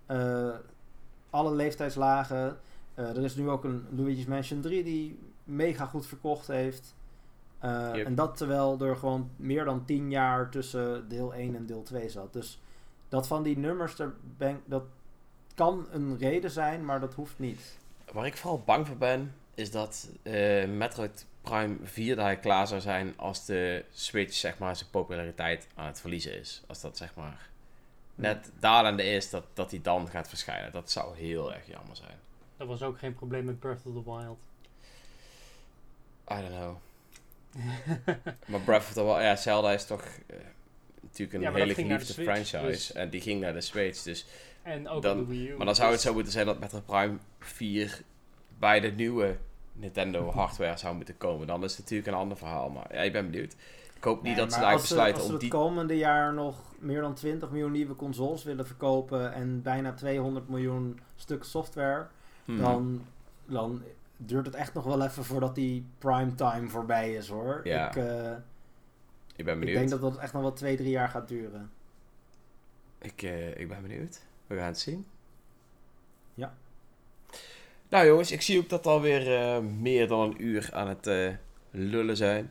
Alle leeftijdslagen. Er is nu ook een Luigi's Mansion 3 die mega goed verkocht heeft. Yep. En dat terwijl er gewoon meer dan 10 jaar tussen deel 1 en deel 2 zat. Dus dat van die nummers, dat kan een reden zijn, maar dat hoeft niet. Waar ik vooral bang voor ben, is dat Metroid Prime 4 daar klaar zou zijn als de Switch, zeg maar, zijn populariteit aan het verliezen is. Als dat, zeg maar, net dalende is, dat die dan gaat verschijnen. Dat zou heel erg jammer zijn. Dat was ook geen probleem met Breath of the Wild. I don't know. Maar Breath of the Wild, ja, Zelda is toch natuurlijk Ja, een maar hele dat ging naar de geliefde Switch, franchise. dus- En die ging naar de Switch, dus... En ook Dan- op de Wii U. Maar dan zou het zo moeten zijn dat Metroid Prime 4 bij de nieuwe Nintendo hardware zou moeten komen. Dan is het natuurlijk een ander verhaal. Maar ja, ik ben benieuwd. Ik hoop niet dat ze maar daar als besluiten als om we die... het komende jaar nog meer dan 20 miljoen nieuwe consoles willen verkopen en bijna 200 miljoen stuk software, dan duurt het echt nog wel even voordat die primetime voorbij is, hoor. Ja. Ik ben Ik benieuwd. denk dat dat echt nog wel 2-3 jaar gaat duren. Ik ben benieuwd. We gaan het zien. Ja. Nou jongens, ik zie ook dat we alweer meer dan een uur aan het lullen zijn.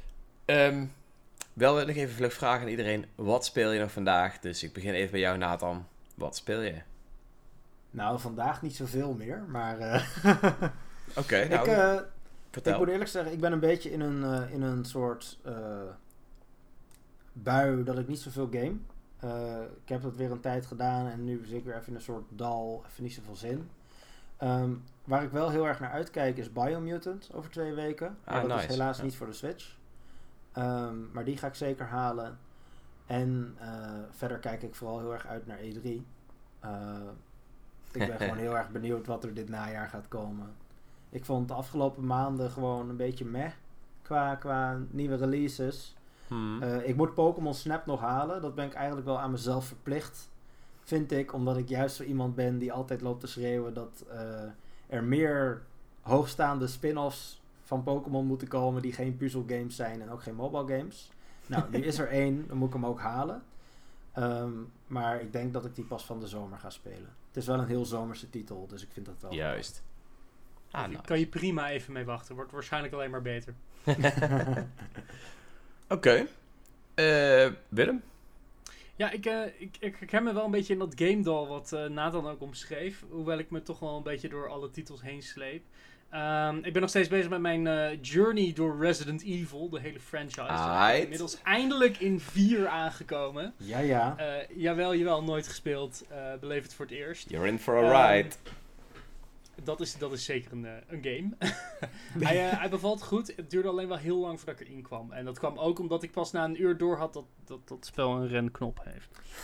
Wel wil ik nog even vlug vragen aan iedereen. Wat speel je nog vandaag? Dus ik begin even bij jou, Nathan. Wat speel je? Nou, vandaag niet zoveel meer, maar Oké, nou, ik vertel. moet eerlijk zeggen, ik ben een beetje in een soort bui dat ik niet zoveel game. Ik heb dat weer een tijd gedaan en nu zit ik weer even in een soort dal, even niet zoveel zin. Waar ik wel heel erg naar uitkijk is Biomutant over 2 weken. Maar dat nice. is helaas Ja. niet voor de Switch. Maar die ga ik zeker halen. En verder kijk ik vooral heel erg uit naar E3. Ik ben gewoon heel erg benieuwd wat er dit najaar gaat komen. Ik vond de afgelopen maanden gewoon een beetje meh qua nieuwe releases. Ik moet Pokémon Snap nog halen. Dat ben ik eigenlijk wel aan mezelf verplicht, vind ik. Omdat ik juist zo iemand ben die altijd loopt te schreeuwen dat er meer hoogstaande spin-offs van Pokémon moeten komen die geen puzzelgames zijn en ook geen mobile games. Nou, nu is er 1, dan moet ik hem ook halen. Maar ik denk dat ik die pas van de zomer ga spelen. Het is wel een heel zomerse titel, dus ik vind dat wel. Juist. Daar kan je prima even mee wachten. Wordt waarschijnlijk alleen maar beter. Oké. Willem? Ja, ik herken me wel een beetje in dat game doll wat Nathan ook omschreef. Hoewel ik me toch wel een beetje door alle titels heen sleep. Ik ben nog steeds bezig met mijn journey door Resident Evil, de hele franchise. Aight. Inmiddels eindelijk in 4 aangekomen. Ja. Jawel, nooit gespeeld. Beleef het voor het eerst. You're in for a ride. Dat is zeker een game. Hij bevalt goed. Het duurde alleen wel heel lang voordat ik erin kwam. En dat kwam ook omdat ik pas na een uur door had dat het spel een renknop heeft.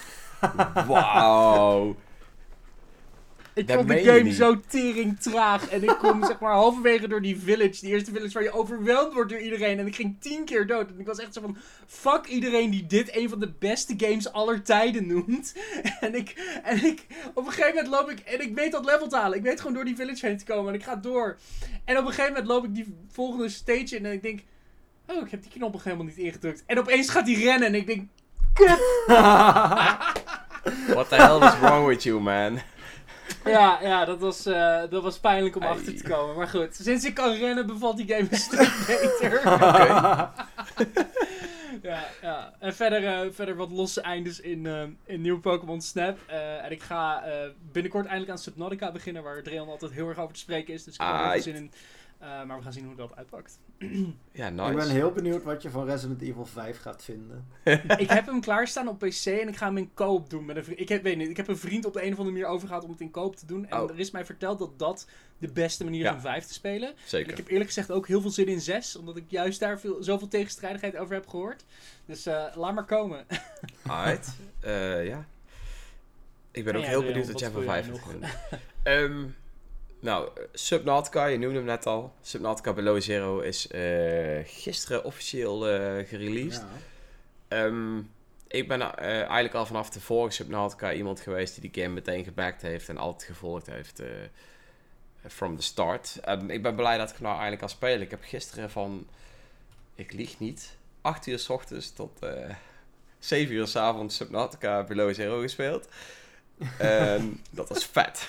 Wauw. Ik Dat vond de meen je game niet. zo tering traag. En ik kom zeg maar halverwege door die village. Die eerste village waar je overweldigd wordt door iedereen. En ik ging 10 keer dood. En ik was echt zo van... Fuck iedereen die dit een van de beste games aller tijden noemt. En ik op een gegeven moment loop ik... En ik weet dat level te halen. Ik weet gewoon door die village heen te komen. En ik ga door. En op een gegeven moment loop ik die volgende stage in. En ik denk... Oh, ik heb die knop nog helemaal niet ingedrukt. En opeens gaat hij rennen. En ik denk... Kut! What the hell is wrong with you, man? Ja, dat was pijnlijk om Ai. achter te komen. Maar goed, sinds ik kan rennen bevalt die game een stuk beter. Oké. Ja. En verder wat losse eindes in nieuwe Pokémon Snap. En ik ga binnenkort eindelijk aan Subnautica beginnen, waar Dreon altijd heel erg over te spreken is. Dus ik heb er heel veel zin in. Maar we gaan zien hoe dat uitpakt. Ja, Ik ben nice. heel benieuwd wat je van Resident Evil 5 gaat vinden. Ik heb hem klaarstaan op PC en ik ga hem in koop doen met een vriend. Ik heb een vriend op de een of andere manier overgehaald om het in koop te doen. En Oh. er is mij verteld dat dat de beste manier is Ja. om 5 te spelen. En Zeker. ik heb eerlijk gezegd ook heel veel zin in 6, omdat ik juist daar zoveel tegenstrijdigheid over heb gehoord. Dus laat maar komen. Alright. Ja. Ik ben En ook jij, heel Leon, benieuwd wat wat jij van speel jij 5 gaat nog? doen. Nou, Subnautica, je noemde hem net al. Subnautica Below Zero is gisteren officieel gereleased. Ja. Ik ben eigenlijk al vanaf de vorige Subnautica iemand geweest die game meteen gebackt heeft en altijd gevolgd heeft from the start. En ik ben blij dat ik hem nou eigenlijk kan spelen. Ik heb gisteren van, ik lieg niet, 8 uur 's ochtends tot 7 uur 's avonds Subnautica Below Zero gespeeld. Dat was vet.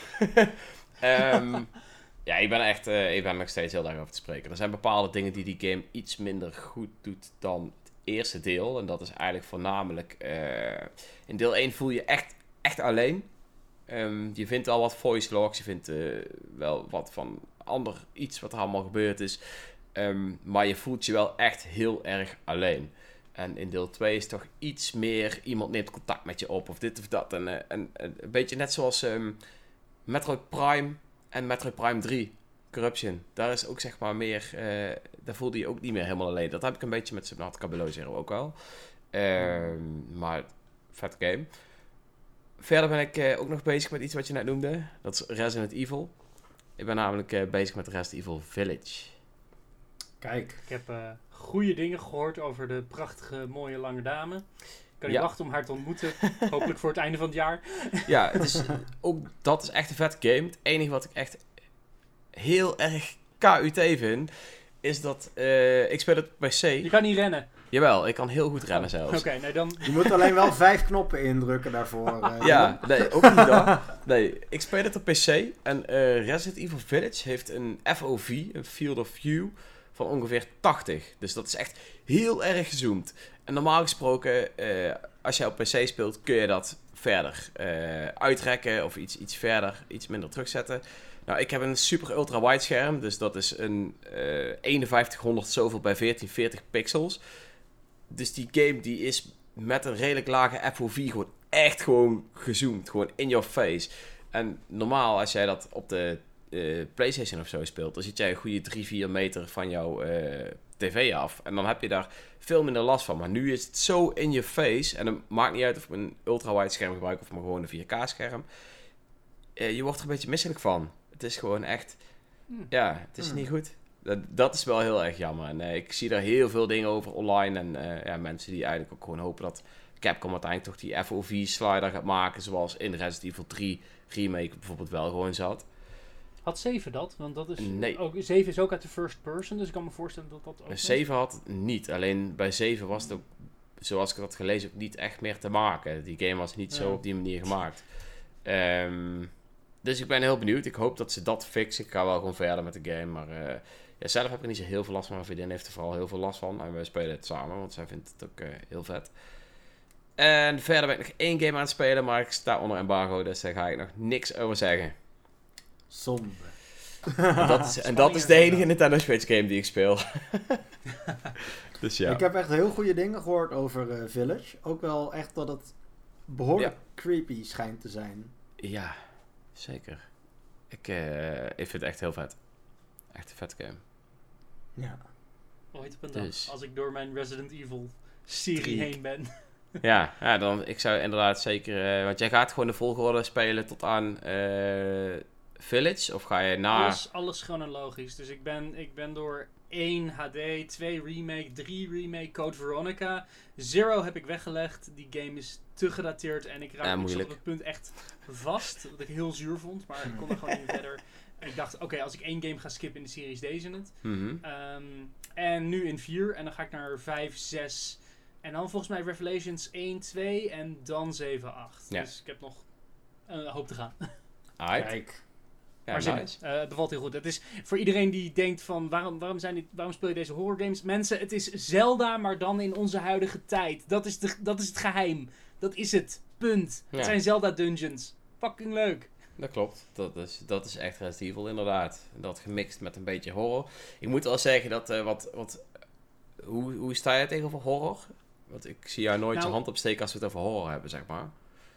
Ja, ik ben nog steeds heel erg over te spreken. Er zijn bepaalde dingen die die game iets minder goed doet dan het eerste deel. En dat is eigenlijk voornamelijk... in deel 1 voel je echt alleen. Je vindt al wat voice logs. Je vindt wel wat van iets wat er allemaal gebeurd is. Maar je voelt je wel echt heel erg alleen. En in deel 2 is toch iets meer... Iemand neemt contact met je op of dit of dat. En een beetje net zoals Metroid Prime en Metroid Prime 3. Corruption. Daar is ook zeg maar meer... daar voelde je ook niet meer helemaal alleen. Dat heb ik een beetje met Subnautica Below Zero ook wel. Maar vet game. Verder ben ik ook nog bezig met iets wat je net noemde. Dat is Resident Evil. Ik ben namelijk bezig met Resident Evil Village. Kijk. Ik heb goede dingen gehoord over de prachtige, mooie, lange dame. Ik kan niet Ja. wachten om haar te ontmoeten. Hopelijk voor het einde van het jaar. Ja, het is, ook dat is echt een vet game. Het enige wat ik echt heel erg KUT vind, is dat ik speel het op PC. Je kan niet rennen. Jawel, ik kan heel goed rennen zelfs. Oké, nee dan... Je moet alleen wel 5 knoppen indrukken daarvoor. Ja, nee, ook niet dat. Nee, ik speel het op PC en Resident Evil Village heeft een FOV, een Field of View, van ongeveer 80. Dus dat is echt heel erg gezoomd. En normaal gesproken, als jij op PC speelt, kun je dat verder uitrekken of iets verder, iets minder terugzetten. Nou, ik heb een super ultra wide scherm, dus dat is een 5100 zoveel bij 1440 pixels. Dus die game die is met een redelijk lage FOV gewoon echt gewoon gezoomd, gewoon in your face. En normaal als jij dat op de PlayStation of zo speelt, dan zit jij een goede 3-4 meter van jouw tv af. En dan heb je daar veel minder last van. Maar nu is het zo in je face. En het maakt niet uit of ik een ultra-wide scherm gebruik of maar gewoon een 4K scherm. Je wordt er een beetje misselijk van. Het is gewoon echt... Ja, het is niet goed. Dat is wel heel erg jammer. En ik zie daar heel veel dingen over online. En mensen die eigenlijk ook gewoon hopen dat Capcom uiteindelijk toch die FOV-slider gaat maken. Zoals in Resident Evil 3 Remake bijvoorbeeld wel gewoon zat. Had 7 dat? Want dat is Nee. ook, 7 is ook uit de first person, dus ik kan me voorstellen dat dat ook... 7 had het niet. Alleen bij 7 was het ook, zoals ik had gelezen, ook niet echt meer te maken. Die game was niet zo op die manier gemaakt. Dus ik ben heel benieuwd. Ik hoop dat ze dat fixen. Ik ga wel gewoon verder met de game. Maar zelf heb ik er niet zo heel veel last van. Mijn vriendin heeft er vooral heel veel last van. En we spelen het samen, want zij vindt het ook heel vet. En verder ben ik nog 1 game aan het spelen, maar ik sta onder embargo, dus daar ga ik nog niks over zeggen. Zonde. En dat is de enige Nintendo Switch game die ik speel. Dus ja. Ik heb echt heel goede dingen gehoord over Village. Ook wel echt dat het behoorlijk creepy schijnt te zijn. Ja, zeker. Ik vind het echt heel vet. Echt een vet game. Ja. Ooit op een dag, Dus. als ik door mijn Resident Evil serie heen ben. Ja, dan ik zou inderdaad zeker... want jij gaat gewoon de volgorde spelen tot aan Village? Of ga je na... Alles chronologisch. Dus ik ben door 1 HD, 2 remake, 3 remake, Code Veronica. 0 heb ik weggelegd. Die game is te gedateerd en ik raakte op het punt echt vast. Wat ik heel zuur vond, maar ik kon er gewoon niet verder. En ik dacht, oké, als ik 1 game ga skippen in de serie is deze het. Mm-hmm. En nu in 4 en dan ga ik naar 5, 6... En dan volgens mij Revelations 1, 2 en dan 7, 8. Ja. Dus ik heb nog een hoop te gaan. Kijk. Ja, maar nice. het bevalt heel goed. Het is voor iedereen die denkt van waarom speel je deze horror games? Mensen, het is Zelda, maar dan in onze huidige tijd. Dat is het geheim. Dat is het. Punt. Ja. Het zijn Zelda dungeons. Fucking leuk. Dat klopt. Dat is echt Resident Evil inderdaad. Dat gemixt met een beetje horror. Ik moet wel zeggen dat hoe sta je tegenover horror? Want ik zie jou nooit je hand opsteken als we het over horror hebben, zeg maar.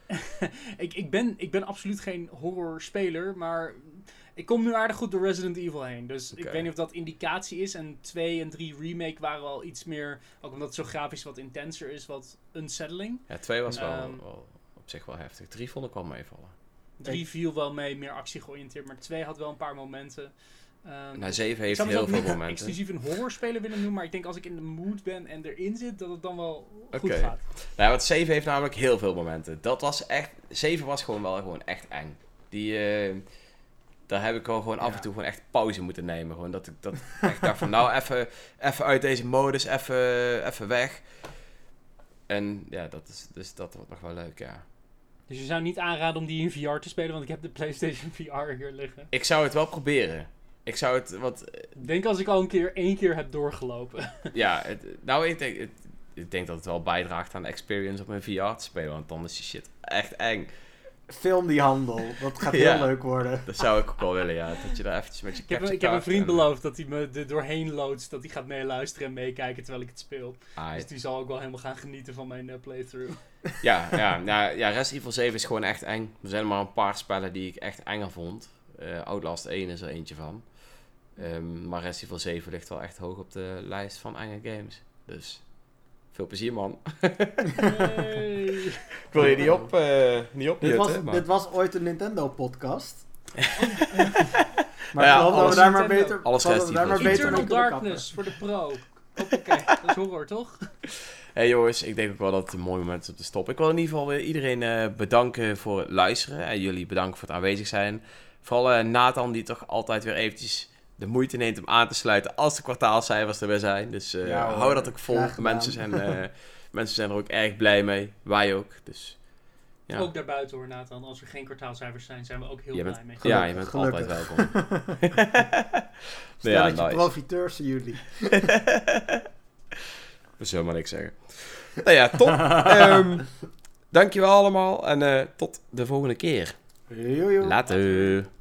ik ben absoluut geen horrorspeler, maar ik kom nu aardig goed door Resident Evil heen. Dus ik weet niet of dat indicatie is. En 2 en 3 remake waren al iets meer, ook omdat het zo grafisch wat intenser is, wat unsettling. Ja, 2 was wel op zich wel heftig. 3 vond ik wel meevallen. 3 viel wel mee, meer actie georiënteerd, maar 2 had wel een paar momenten. 7 heeft heel veel momenten. Exclusief een horrorspeler willen noemen, maar ik denk als ik in de mood ben en erin zit, dat het dan wel goed gaat. Nou, want 7 heeft namelijk heel veel momenten. Dat was echt... 7 was gewoon echt eng. Daar heb ik gewoon af en toe gewoon echt pauze moeten nemen. Gewoon dat ik echt dacht van, nou, even uit deze modus, even weg. En ja, dat wordt nog wel leuk, ja. Dus je zou niet aanraden om die in VR te spelen, want ik heb de PlayStation VR hier liggen. Ik zou het wel proberen. Ik zou het denk als ik al één keer heb doorgelopen. Ja, ik denk dat het wel bijdraagt aan de experience om in VR te spelen, want dan is die shit echt eng. Film die handel, dat gaat heel leuk worden. Dat zou ik ook wel willen, ja. Dat je daar eventjes met je capture Ik heb een vriend beloofd dat hij me er doorheen loodst, dat hij gaat meeluisteren en meekijken terwijl ik het speel. Dus die zal ook wel helemaal gaan genieten van mijn playthrough. Ja, Resident Evil 7 is gewoon echt eng. Er zijn maar een paar spellen die ik echt enger vond. Outlast 1 is er eentje van. Maar Resident Evil 7 ligt wel echt hoog op de lijst van enge games. Dus veel plezier, man. Hey. Ik wil je niet opjutten. Dit was ooit een Nintendo-podcast. Maar ja, dat we daar maar beter... Alles Eternal Darkness voor de pro. Oké, dat is horror, toch? Hey jongens, ik denk ook wel dat het een mooi moment is om te stoppen. Ik wil in ieder geval iedereen bedanken voor het luisteren. En jullie bedanken voor het aanwezig zijn. Vooral Nathan, die toch altijd weer eventjes de moeite neemt om aan te sluiten als de kwartaalcijfers er weer zijn. Dus hou dat ook vol. Mensen zijn er ook erg blij mee. Wij ook. Dus, ja. Ook daarbuiten hoor, Nathan. Als er geen kwartaalcijfers zijn, zijn we ook heel blij mee. Ja, je bent altijd welkom. Stelletje profiteurs zijn jullie. We zullen maar niks zeggen. Nou ja, top. Dankjewel allemaal en tot de volgende keer. Later.